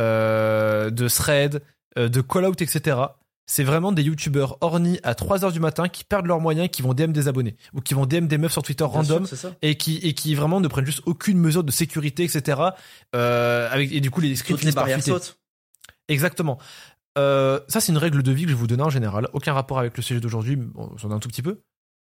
de thread, de call out, etc. C'est vraiment des youtubeurs horny à 3h du matin qui perdent leurs moyens, qui vont DM des abonnés ou qui vont DM des meufs sur Twitter Bien random. sûr, c'est ça. Et qui vraiment ne prennent juste aucune mesure de sécurité, etc. Et du coup les scripts Toutes les finissent par barrières fuiter. sautent. Exactement. Ça c'est une règle de vie que je vais vous donner en général. Aucun rapport avec le sujet d'aujourd'hui, bon, j'en ai un tout petit peu.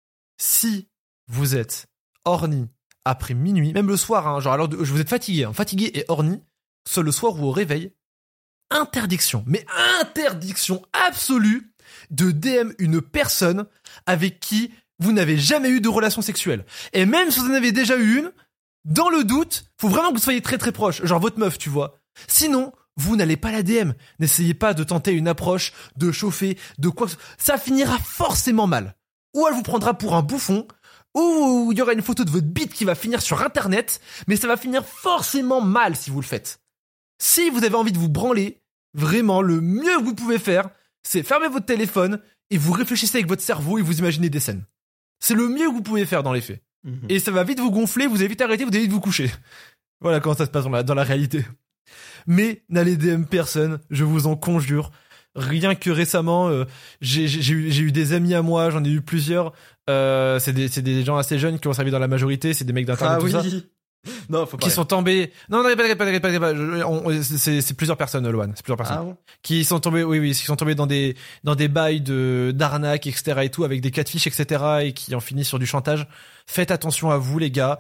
Si vous êtes horny après minuit, même le soir, hein, genre alors vous êtes fatigué, hein, fatigué et horny, soit le soir ou au réveil, interdiction, mais interdiction absolue de DM une personne avec qui vous n'avez jamais eu de relation sexuelle. Et même si vous en avez déjà eu une, dans le doute, faut vraiment que vous soyez très très proche, genre votre meuf, tu vois. Sinon, vous n'allez pas la DM. N'essayez pas de tenter une approche, de chauffer, de quoi que ce soit. Ça finira forcément mal. Ou elle vous prendra pour un bouffon, ou il y aura une photo de votre bite qui va finir sur internet, mais ça va finir forcément mal si vous le faites. Si vous avez envie de vous branler, vraiment, le mieux que vous pouvez faire, c'est fermer votre téléphone et vous réfléchissez avec votre cerveau et vous imaginez des scènes. C'est le mieux que vous pouvez faire dans les faits. Et ça va vite vous gonfler, vous allez vite arrêter, vous allez vite vous coucher. Voilà comment ça se passe dans la réalité. Mais n'allez DM personne, je vous en conjure. Rien que récemment, j'ai eu des amis à moi, j'en ai eu plusieurs. C'est des gens assez jeunes qui ont servi dans la majorité, c'est des mecs d'internet, tout ça. Non, faut pas. Qui sont tombés. Non, t'inquiète pas. C'est plusieurs personnes, Loan. C'est plusieurs personnes. Ah bon? Qui sont tombés, oui, qui sont tombés dans des bails d'arnaque, etc. et tout, avec des catfish, etc. et qui en finissent sur du chantage. Faites attention à vous, les gars.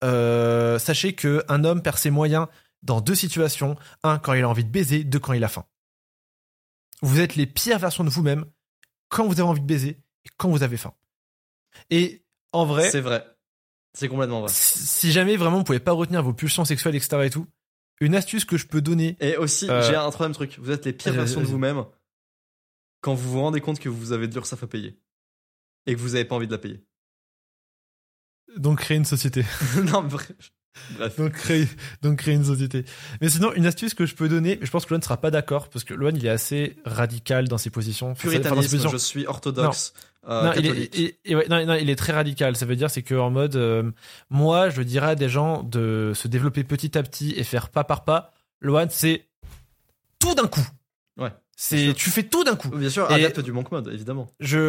Sachez que un homme perd ses moyens dans deux situations. Un, quand il a envie de baiser. Deux, quand il a faim. Vous êtes les pires versions de vous-même quand vous avez envie de baiser et quand vous avez faim. Et en vrai. C'est vrai. C'est complètement vrai. Si jamais vraiment vous pouvez pas retenir vos pulsions sexuelles, etc. et tout, une astuce que je peux donner. Et aussi, j'ai un troisième truc. Vous êtes les pires versions de vous-même quand vous vous rendez compte que vous avez de l'URSSAF à payer et que vous avez pas envie de la payer. Donc créer une société. Non, bref. Donc créer une société. Mais sinon, une astuce que je peux donner, je pense que Loan ne sera pas d'accord parce que Loan il est assez radical dans ses positions. Puritanisme, je suis orthodoxe. Non, catholique. il est très radical. Ça veut dire c'est que en mode, moi, je dirais à des gens de se développer petit à petit et faire pas par pas. Loan, c'est tout d'un coup. Ouais. Tu fais tout d'un coup. Bien sûr, adapte du monk mode, évidemment.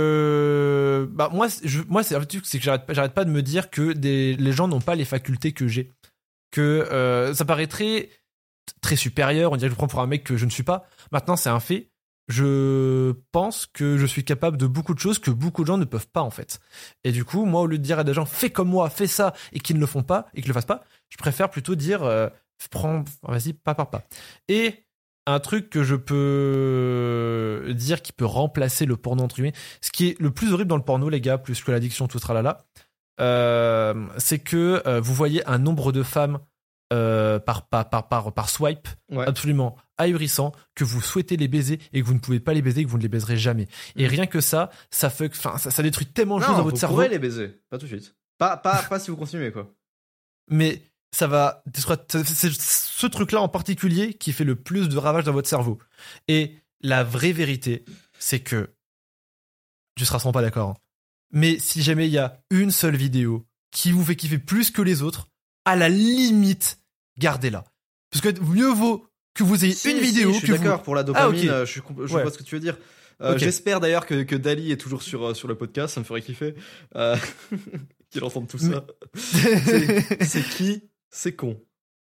Moi, c'est un truc, c'est que j'arrête pas de me dire que les gens n'ont pas les facultés que j'ai. Que ça paraît très, très supérieur. On dirait que je prends pour un mec que je ne suis pas. Maintenant, c'est un fait. Je pense que je suis capable de beaucoup de choses que beaucoup de gens ne peuvent pas, en fait. Et du coup, moi, au lieu de dire à des gens, fais comme moi, fais ça, et qu'ils ne le font pas, et qu'ils le fassent pas, je préfère plutôt dire, vas-y, pas par pas. Et un truc que je peux dire qui peut remplacer le porno, entre guillemets, ce qui est le plus horrible dans le porno, les gars, plus que l'addiction, tout ce tralala, c'est que vous voyez un nombre de femmes par swipe, ouais, absolument ahurissant, que vous souhaitez les baiser et que vous ne pouvez pas les baiser et que vous ne les baiserez jamais. Et rien que ça détruit tellement de choses dans votre cerveau. Vous pourrez les baiser, pas tout de suite. Pas si vous continuez, quoi. Mais c'est ce truc-là en particulier qui fait le plus de ravages dans votre cerveau. Et la vraie vérité, c'est que tu seras sûrement pas d'accord, hein, mais si jamais il y a une seule vidéo qui vous fait kiffer plus que les autres, à la limite, gardez-la. Parce que mieux vaut que vous ayez une vidéo je suis que d'accord, vous... pour la dopamine, Ah, ok. je Ouais. vois ce que tu veux dire. Ok. J'espère d'ailleurs que Dali est toujours sur le podcast, ça me ferait kiffer. Qu'il entende tout ça. C'est qui? C'est con.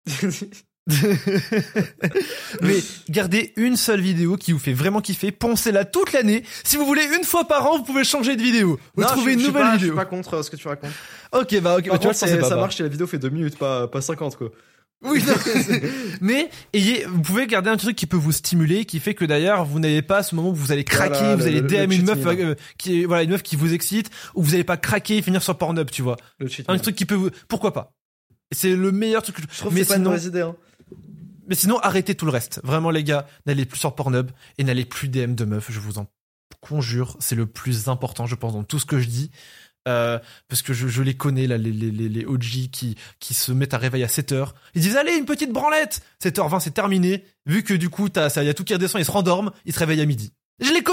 Mais gardez une seule vidéo qui vous fait vraiment kiffer, poncez-la toute l'année. Si vous voulez, une fois par an, vous pouvez changer de vidéo. Vous trouvez une nouvelle Je vidéo. suis pas contre ce que tu racontes. Ok, bah, Par tu vois, contre, ça ça marche si la vidéo fait 2 minutes, pas 50, quoi. Oui, non. Mais vous pouvez garder un truc qui peut vous stimuler, qui fait que d'ailleurs vous n'avez pas ce moment où vous allez craquer, Voilà, vous allez DM une cheat meuf meal. une meuf qui vous excite, ou vous n'allez pas craquer et finir sur Pornhub, tu vois. Le cheat Un meal. truc qui peut vous... Pourquoi pas? C'est le meilleur truc. Je trouve mais que c'est pas une sinon, mauvaise idée, hein. mais sinon, arrêtez tout le reste. Vraiment, les gars, n'allez plus sur Pornhub et n'allez plus DM de meufs. Je vous en conjure, c'est le plus important, je pense, dans tout ce que je dis. Parce que je les connais, là, les OG qui se mettent à réveiller à 7h. Ils disent, allez, une petite branlette! 7h20, c'est terminé. Vu que du coup, il y a tout qui redescend, ils se rendorment, ils se réveillent à midi. Je les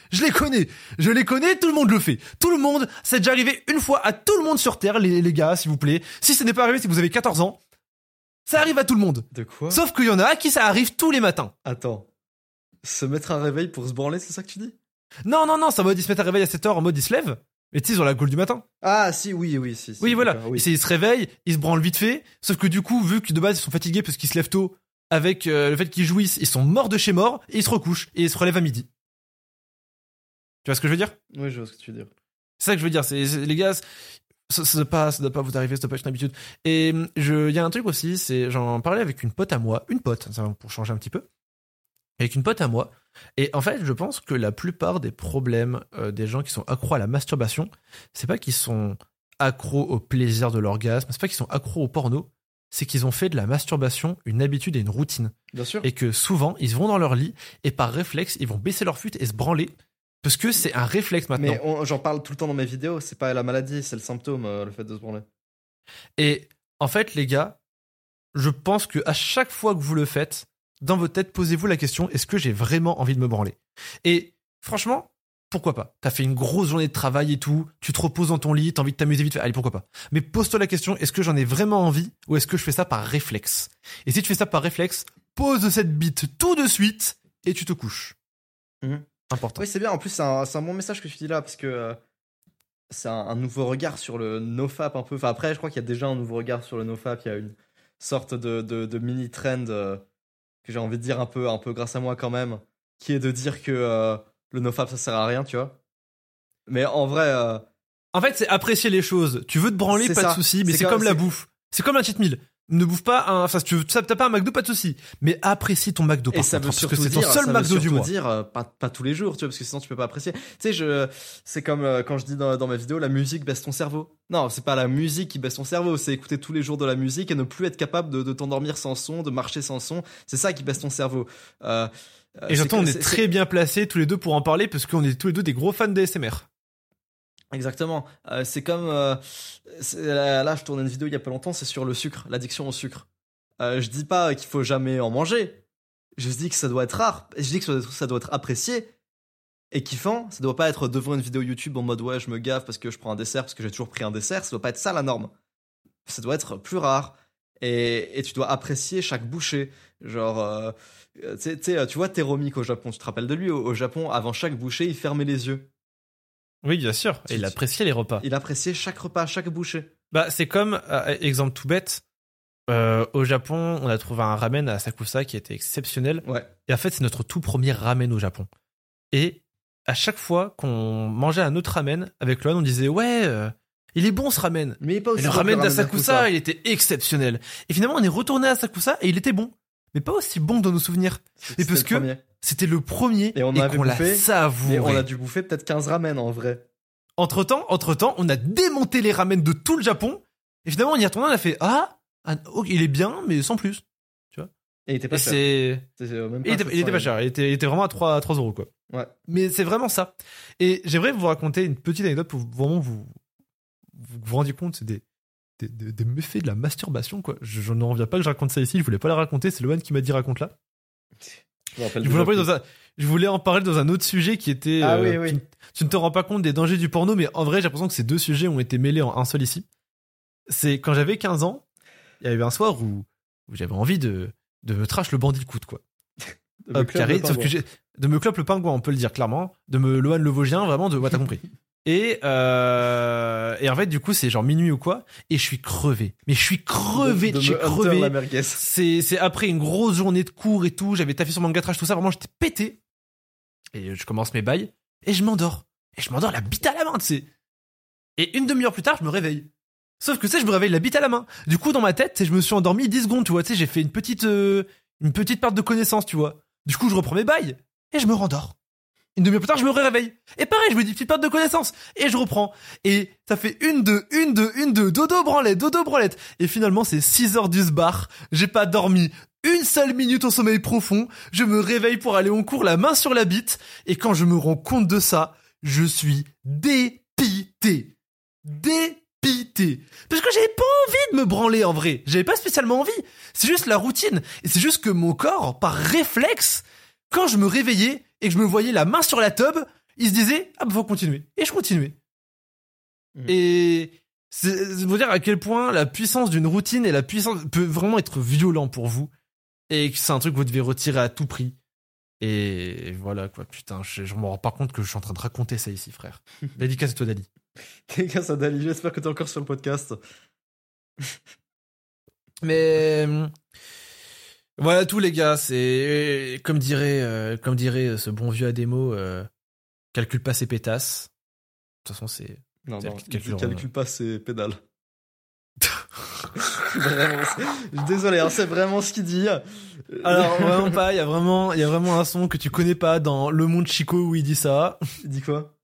connais, tout le monde le fait. Tout le monde, c'est déjà arrivé une fois à tout le monde sur Terre, les gars, s'il vous plaît. Si ce n'est pas arrivé, si vous avez 14 ans, ça arrive à tout le monde. De quoi? Sauf qu'il y en a à qui ça arrive tous les matins. Attends. Se mettre un réveil pour se branler, c'est ça que tu dis? Non, c'est en mode ils se mettent à réveiller à 7h, en mode ils se lèvent. Mais tu sais, ils ont la gaule du matin. Ah, si, oui, si. Oui, voilà. D'accord, oui. Ils se réveillent, ils se branlent vite fait. Sauf que du coup, vu que de base ils sont fatigués parce qu'ils se lèvent tôt, avec le fait qu'ils jouissent, ils sont morts de chez morts, et ils se recouchent, et ils se relèvent à midi. Tu vois ce que je veux dire? Oui, je vois ce que tu veux dire. C'est ça que je veux dire. Les gars, ça doit pas vous arriver, ça doit pas être une habitude. Et il y a un truc aussi, j'en parlais avec une pote à moi, ça, pour changer un petit peu. Avec une pote à moi. Et en fait, je pense que la plupart des problèmes des gens qui sont accros à la masturbation, c'est pas qu'ils sont accros au plaisir de l'orgasme, c'est pas qu'ils sont accros au porno, c'est qu'ils ont fait de la masturbation une habitude et une routine. Bien sûr. Et que souvent, ils vont dans leur lit et par réflexe, ils vont baisser leur fut et se branler. Parce que c'est un réflexe maintenant. Mais j'en parle tout le temps dans mes vidéos, c'est pas la maladie, c'est le symptôme, le fait de se branler. Et en fait, les gars, je pense que à chaque fois que vous le faites, dans votre tête, posez-vous la question, est-ce que j'ai vraiment envie de me branler? Et franchement, pourquoi pas? T'as fait une grosse journée de travail et tout, tu te reposes dans ton lit, t'as envie de t'amuser vite fait, allez, pourquoi pas? Mais pose-toi la question, est-ce que j'en ai vraiment envie ou est-ce que je fais ça par réflexe? Et si tu fais ça par réflexe, pose cette bite tout de suite et tu te couches. Important. Oui, c'est bien, en plus c'est un bon message que tu dis là, parce que c'est un nouveau regard sur le nofap un peu. Enfin, après, je crois qu'il y a déjà un nouveau regard sur le nofap, il y a une sorte de mini-trend que j'ai envie de dire un peu grâce à moi quand même, qui est de dire que le nofap ça sert à rien, tu vois. Mais en vrai... En fait, c'est apprécier les choses. Tu veux te branler, C'est pas ça. de souci, mais C'est c'est comme- comme la c'est- bouffe. C'est comme un cheat meal. Ne bouffe pas si tu veux, t'as pas un McDo, pas de souci. Mais apprécie ton McDo Et par ça contre, veut parce surtout que c'est ton dire, seul ça veut McDo du surtout mois. dire pas tous les jours, tu vois, parce que sinon tu peux pas apprécier. Tu sais, c'est comme quand je dis dans ma vidéo, la musique baisse ton cerveau. Non, c'est pas la musique qui baisse ton cerveau, c'est écouter tous les jours de la musique et ne plus être capable de t'endormir sans son, de marcher sans son. C'est ça qui baisse ton cerveau. Et j'entends, on est très bien placés tous les deux pour en parler parce qu'on est tous les deux des gros fans de SMR. Exactement. C'est comme là, je tournais une vidéo il y a pas longtemps, c'est sur le sucre, l'addiction au sucre. Je dis pas qu'il faut jamais en manger. Je dis que ça doit être rare. Je dis que ça doit être apprécié et kiffant. Ça doit pas être devant une vidéo YouTube en mode ouais, je me gave parce que je prends un dessert, parce que j'ai toujours pris un dessert. Ça doit pas être ça la norme. Ça doit être plus rare. Et tu dois apprécier chaque bouchée. Genre, tu vois Teromik au Japon, tu te rappelles de lui au Japon, avant chaque bouchée, il fermait les yeux. Oui, bien sûr. Et il appréciait les repas. Il appréciait chaque repas, chaque bouchée. Bah, c'est comme, exemple tout bête, au Japon, on a trouvé un ramen à Asakusa qui était exceptionnel. Ouais. Et en fait, c'est notre tout premier ramen au Japon. Et à chaque fois qu'on mangeait un autre ramen, avec Loan, on disait, ouais, il est bon ce ramen. Mais il est pas Et aussi le bon que ramen le d'Asakusa, il était exceptionnel. Et finalement, on est retourné à Asakusa et il était bon. Mais pas aussi bon dans nos souvenirs. C'était parce le que premier. C'était le premier Et on en avait qu'on l'a bouffé, savouré. Et on a dû bouffer peut-être 15 ramen en vrai. Entre-temps, on a démonté les ramen de tout le Japon. Et finalement, on y est retourné, on a fait, ok, il est bien, mais sans plus. Et il était pas Et cher. Même il était pas cher. Il était vraiment à 3 euros, quoi. Ouais. Mais c'est vraiment ça. Et j'aimerais vous raconter une petite anecdote pour vraiment vous rendiez compte des méfaits de la masturbation, quoi. Je n'en reviens pas que je raconte ça ici. Je voulais pas la raconter. C'est Lohan qui m'a dit raconte-la. Je voulais en parler dans un autre sujet qui était. Oui. Tu ne te rends pas compte des dangers du porno, mais en vrai, j'ai l'impression que ces deux sujets ont été mêlés en un seul ici. C'est quand j'avais 15 ans, il y avait un soir où j'avais envie de me trash le bandicoot, quoi. Carré, sauf que de me clope le pingouin, on peut le dire clairement, de me Lohan le Vosgien, vraiment de, ouais, t'as compris. Et en fait, du coup, c'est genre minuit ou quoi, et je suis crevé. Mais je suis crevé, je suis crevé. C'est après une grosse journée de cours et tout, j'avais taffé sur mon gatrage, tout ça, vraiment, j'étais pété. Et je commence mes bails, et je m'endors. Et je m'endors la bite à la main, tu sais. Et une demi-heure plus tard, je me réveille. Sauf que, tu sais, je me réveille la bite à la main. Du coup, dans ma tête, je me suis endormi 10 secondes, tu vois, tu sais, j'ai fait une petite perte de connaissance, tu vois. Du coup, je reprends mes bails, et je me rendors. Une demi-heure plus tard, je me réveille. Et pareil, je me dis petite perte de connaissance. Et je reprends. Et ça fait une, deux, dodo branlette. Et finalement, c'est 6 heures du sbar. J'ai pas dormi une seule minute au sommeil profond. Je me réveille pour aller en cours, la main sur la bite. Et quand je me rends compte de ça, je suis dépité. Parce que j'avais pas envie de me branler, en vrai. J'avais pas spécialement envie. C'est juste la routine. Et c'est juste que mon corps, par réflexe, quand je me réveillais et que je me voyais la main sur la tub, il se disait « Ah bah faut continuer ». Et je continuais. Et c'est vous dire à quel point la puissance d'une routine et la puissance peut vraiment être violent pour vous. Et que c'est un truc que vous devez retirer à tout prix. Et voilà quoi, putain, je me rends pas compte que je suis en train de raconter ça ici, frère. Dédicace à toi, Dali. Dédicace à Dali, j'espère que t'es encore sur le podcast. Mais... voilà tout les gars, c'est comme dirait ce bon vieux Ademo, calcule pas ses pétasses. De toute façon c'est calcule pas ses pédales. Vraiment, désolé, hein, c'est vraiment ce qu'il dit. Alors vraiment pas, il y a vraiment un son que tu connais pas dans Le Monde Chico où il dit ça. Il dit quoi?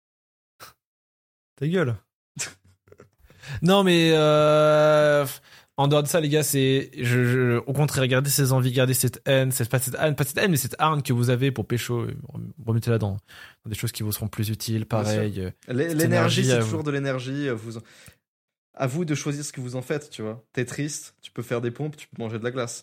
Ta gueule. Non mais en dehors de ça, les gars, c'est au contraire, gardez ces envies, gardez cette haine, mais cette hargne que vous avez pour pécho, remettez-la dans des choses qui vous seront plus utiles, pareil. L'énergie, c'est toujours de l'énergie. À vous de choisir ce que vous en faites, tu vois. T'es triste, tu peux faire des pompes, tu peux manger de la glace.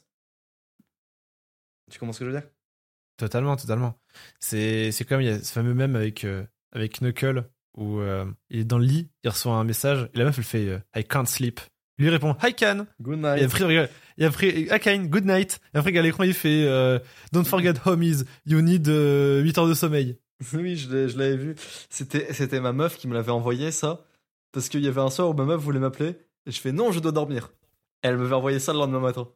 Tu comprends ce que je veux dire? Totalement. C'est comme il y a ce fameux mème avec Knuckle où il est dans le lit, il reçoit un message et la meuf elle fait I can't sleep. Il lui répond I can. Good night. Et après I can, good night. Et après à l'écran il fait don't forget homies, you need 8 heures de sommeil. Oui, je l'avais vu. C'était ma meuf qui me l'avait envoyé ça parce qu'il y avait un soir où ma meuf voulait m'appeler et je fais non, je dois dormir. Elle m'avait envoyé ça le lendemain matin.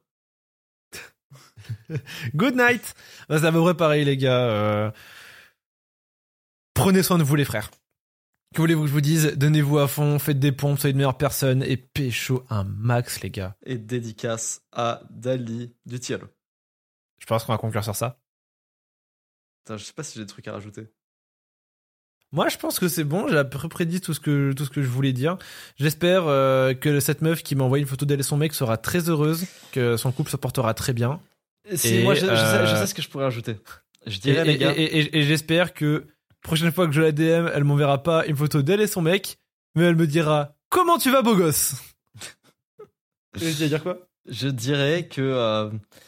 Good night. C'est à peu près pareil les gars. Prenez soin de vous les frères. Que voulez-vous que je vous dise? Donnez-vous à fond, faites des pompes, soyez de meilleures personnes et pécho un max les gars. Et dédicace à Dali du Tiel. Je pense qu'on va conclure sur ça. Putain, je sais pas si j'ai des trucs à rajouter. Moi, je pense que c'est bon. J'ai à peu près dit tout ce que je voulais dire. J'espère que cette meuf qui m'a envoyé une photo d'elle et son mec sera très heureuse, que son couple se portera très bien. Moi, je sais ce que je pourrais rajouter. Je dirais les gars. Et j'espère que prochaine fois que je la DM, elle m'enverra pas une photo d'elle et son mec, mais elle me dira comment tu vas beau gosse. Tu veux dire quoi? Je dirais que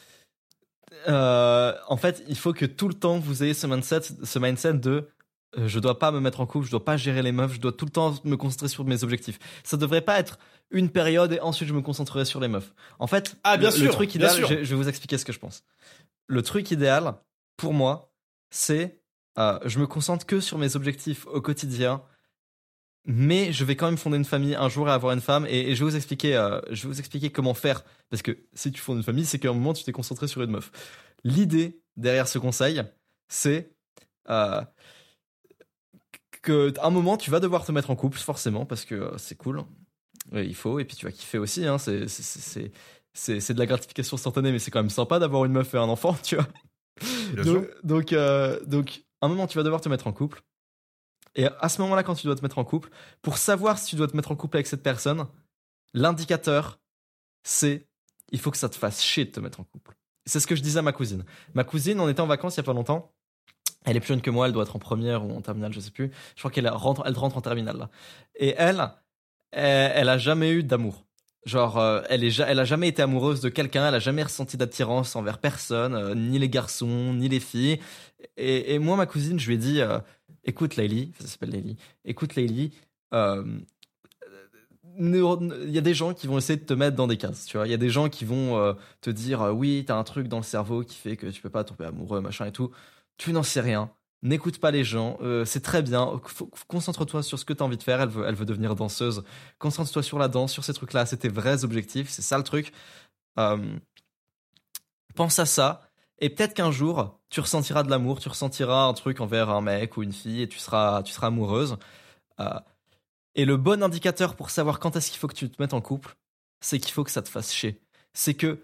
en fait, il faut que tout le temps vous ayez ce mindset de je dois pas me mettre en couple, je dois pas gérer les meufs, je dois tout le temps me concentrer sur mes objectifs. Ça devrait pas être une période et ensuite je me concentrerai sur les meufs. En fait, le truc idéal, je vais vous expliquer ce que je pense. Le truc idéal, pour moi, c'est je me concentre que sur mes objectifs au quotidien, mais je vais quand même fonder une famille un jour et avoir une femme, et je vais vous expliquer comment faire, parce que si tu fondes une famille, c'est qu'à un moment tu t'es concentré sur une meuf. L'idée derrière ce conseil, c'est que à un moment tu vas devoir te mettre en couple forcément parce que c'est cool, il faut, et puis tu vas kiffer aussi, hein, c'est de la gratification instantanée, mais c'est quand même sympa d'avoir une meuf et un enfant, tu vois. Donc à un moment tu vas devoir te mettre en couple, et à ce moment-là, quand tu dois te mettre en couple, pour savoir si tu dois te mettre en couple avec cette personne, l'indicateur, c'est il faut que ça te fasse chier de te mettre en couple. C'est ce que je disais à ma cousine. Ma cousine, on était en vacances il y a pas longtemps. Elle est plus jeune que moi, elle doit être en première ou en terminale, je sais plus. Je crois qu'elle rentre en terminale là. Et elle a jamais eu d'amour. Genre, elle a jamais été amoureuse de quelqu'un, elle a jamais ressenti d'attirance envers personne, ni les garçons, ni les filles. Et moi, ma cousine, je lui ai dit, écoute Layli, ça s'appelle Layli, écoute Layli, euh, il y a des gens qui vont essayer de te mettre dans des cases, tu vois. Il y a des gens qui vont te dire, oui, t'as un truc dans le cerveau qui fait que tu peux pas tomber amoureux, machin et tout. Tu n'en sais rien. N'écoute pas les gens, c'est très bien. Concentre-toi sur ce que tu as envie de faire. Elle veut devenir danseuse. Concentre-toi sur la danse, sur ces trucs-là. C'est tes vrais objectifs, c'est ça le truc. Euh, pense à ça. Et peut-être qu'un jour, tu ressentiras de l'amour, tu ressentiras un truc envers un mec ou une fille et tu seras amoureuse. Euh, et le bon indicateur pour savoir quand est-ce qu'il faut que tu te mettes en couple, c'est qu'il faut que ça te fasse chier. C'est que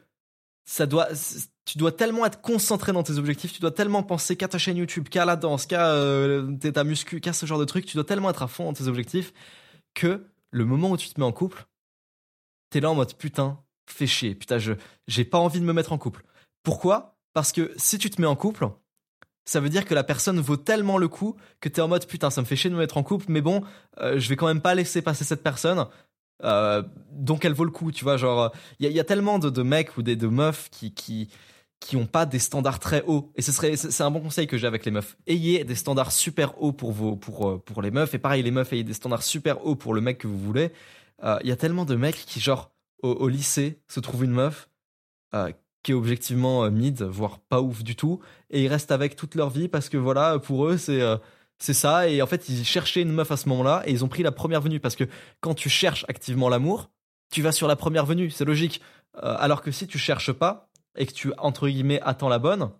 tu dois tellement être concentré dans tes objectifs, tu dois tellement penser qu'à ta chaîne YouTube, qu'à la danse, qu'à ta muscu, qu'à ce genre de trucs, tu dois tellement être à fond dans tes objectifs que le moment où tu te mets en couple, t'es là en mode putain, fais chier, putain, j'ai pas envie de me mettre en couple. Pourquoi ? Parce que si tu te mets en couple, ça veut dire que la personne vaut tellement le coup que t'es en mode putain, ça me fait chier de me mettre en couple, mais bon, je vais quand même pas laisser passer cette personne. Donc elle vaut le coup, tu vois, genre il y a tellement de mecs ou de meufs qui ont pas des standards très hauts, et c'est un bon conseil que j'ai avec les meufs. Ayez des standards super hauts pour les meufs, et pareil les meufs, ayez des standards super hauts pour le mec que vous voulez. Il y a tellement de mecs qui genre au lycée se trouvent une meuf qui est objectivement mid, voire pas ouf du tout, et ils restent avec toute leur vie parce que voilà, pour eux c'est ça, et en fait ils cherchaient une meuf à ce moment-là et ils ont pris la première venue, parce que quand tu cherches activement l'amour, tu vas sur la première venue, c'est logique. Alors que si tu cherches pas et que tu entre guillemets attends la bonne,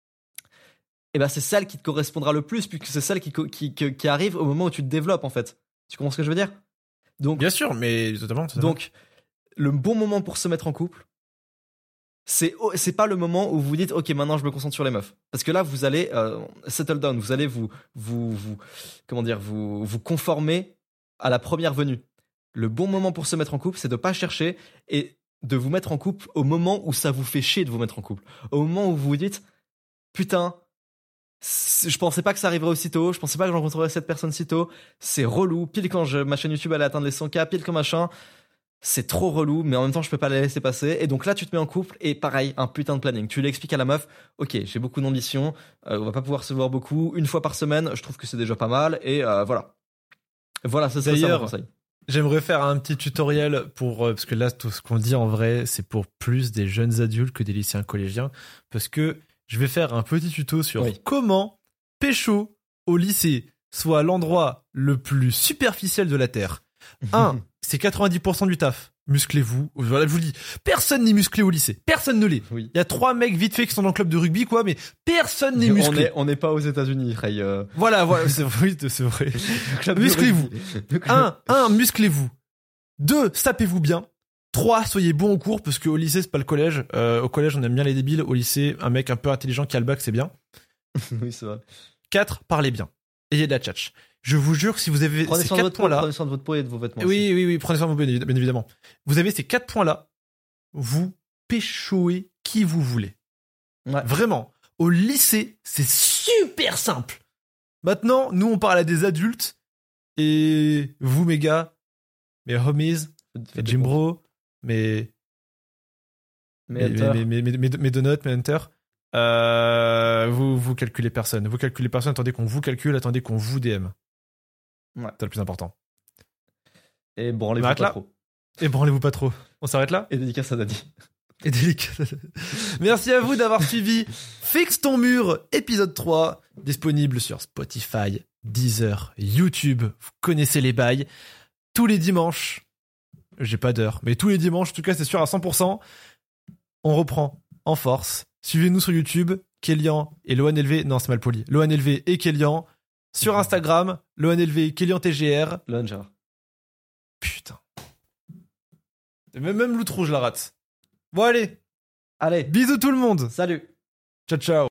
et ben c'est celle qui te correspondra le plus, puisque c'est celle qui arrive au moment où tu te développes en fait. Tu comprends ce que je veux dire? Donc Bien sûr, mais totalement. donc le bon moment pour se mettre en couple, c'est pas le moment où vous dites ok, maintenant je me concentre sur les meufs, parce que là vous allez settle down, vous allez comment dire, vous conformer à la première venue. Le bon moment pour se mettre en couple, c'est de pas chercher et de vous mettre en couple au moment où ça vous fait chier de vous mettre en couple, au moment où vous vous dites putain, je pensais pas que ça arriverait aussitôt, je pensais pas que je rencontrerais cette personne si tôt, c'est relou, pile quand ma chaîne YouTube allait atteindre les 100K, pile quand machin. C'est trop relou, mais en même temps, je peux pas la laisser passer. Et donc là, tu te mets en couple et pareil, un putain de planning. Tu l'expliques à la meuf, ok, j'ai beaucoup d'ambition, on va pas pouvoir se voir beaucoup, une fois par semaine, je trouve que c'est déjà pas mal, et voilà. Voilà, ça serait ça mon conseil. J'aimerais faire un petit tutoriel parce que là, tout ce qu'on dit en vrai, c'est pour plus des jeunes adultes que des lycéens collégiens, parce que je vais faire un petit tuto sur comment pécho au lycée soit l'endroit le plus superficiel de la Terre. C'est 90% du taf. Musclez-vous. Voilà, je vous le dis. Personne n'est musclé au lycée. Personne ne l'est. Oui. Il y a 3 mecs vite fait qui sont dans le club de rugby, quoi, mais personne n'est musclé. On n'est pas aux États-Unis, Ray. Voilà, c'est vrai. Musclez-vous. 1, musclez-vous. 2, sapez-vous bien. 3, soyez bon au cours, parce qu'au lycée, c'est pas le collège. Au collège, on aime bien les débiles. Au lycée, un mec un peu intelligent qui a le bac, c'est bien. Oui, c'est vrai. 4, parlez bien. Ayez de la tchatch. Je vous jure que si vous avez ces 4 points-là... Prenez soin de votre peau et de vos vêtements. Oui, prenez soin de vos bien évidemment. Vous avez ces 4 points-là, vous péchoez qui vous voulez. Ouais. Vraiment. Au lycée, c'est super simple. Maintenant, nous, on parle à des adultes, et vous, mes gars, mes homies, mes Jim Bro, mes donuts, mes hunters, vous calculez personne. Vous calculez personne, attendez qu'on vous calcule, attendez qu'on vous DM. Ouais. C'est le plus important. Et branlez-vous pas trop. Et branlez-vous pas trop. On s'arrête là ? Et dédicace à Daddy. Et délicat. Merci à vous d'avoir suivi Fixe ton mur, épisode 3, disponible sur Spotify, Deezer, YouTube. Vous connaissez les bails. Tous les dimanches, j'ai pas d'heure, mais tous les dimanches, en tout cas, c'est sûr à 100%, on reprend en force. Suivez-nous sur YouTube, Kélian et LohanLV. Non, c'est mal poli. LohanLV et Kélian. Sur Instagram, LohanLV, Kélian TGR. Lohan Gérard. Putain. Même l'outro, je la rate. Bon, allez. Allez. Bisous tout le monde. Salut. Ciao, ciao.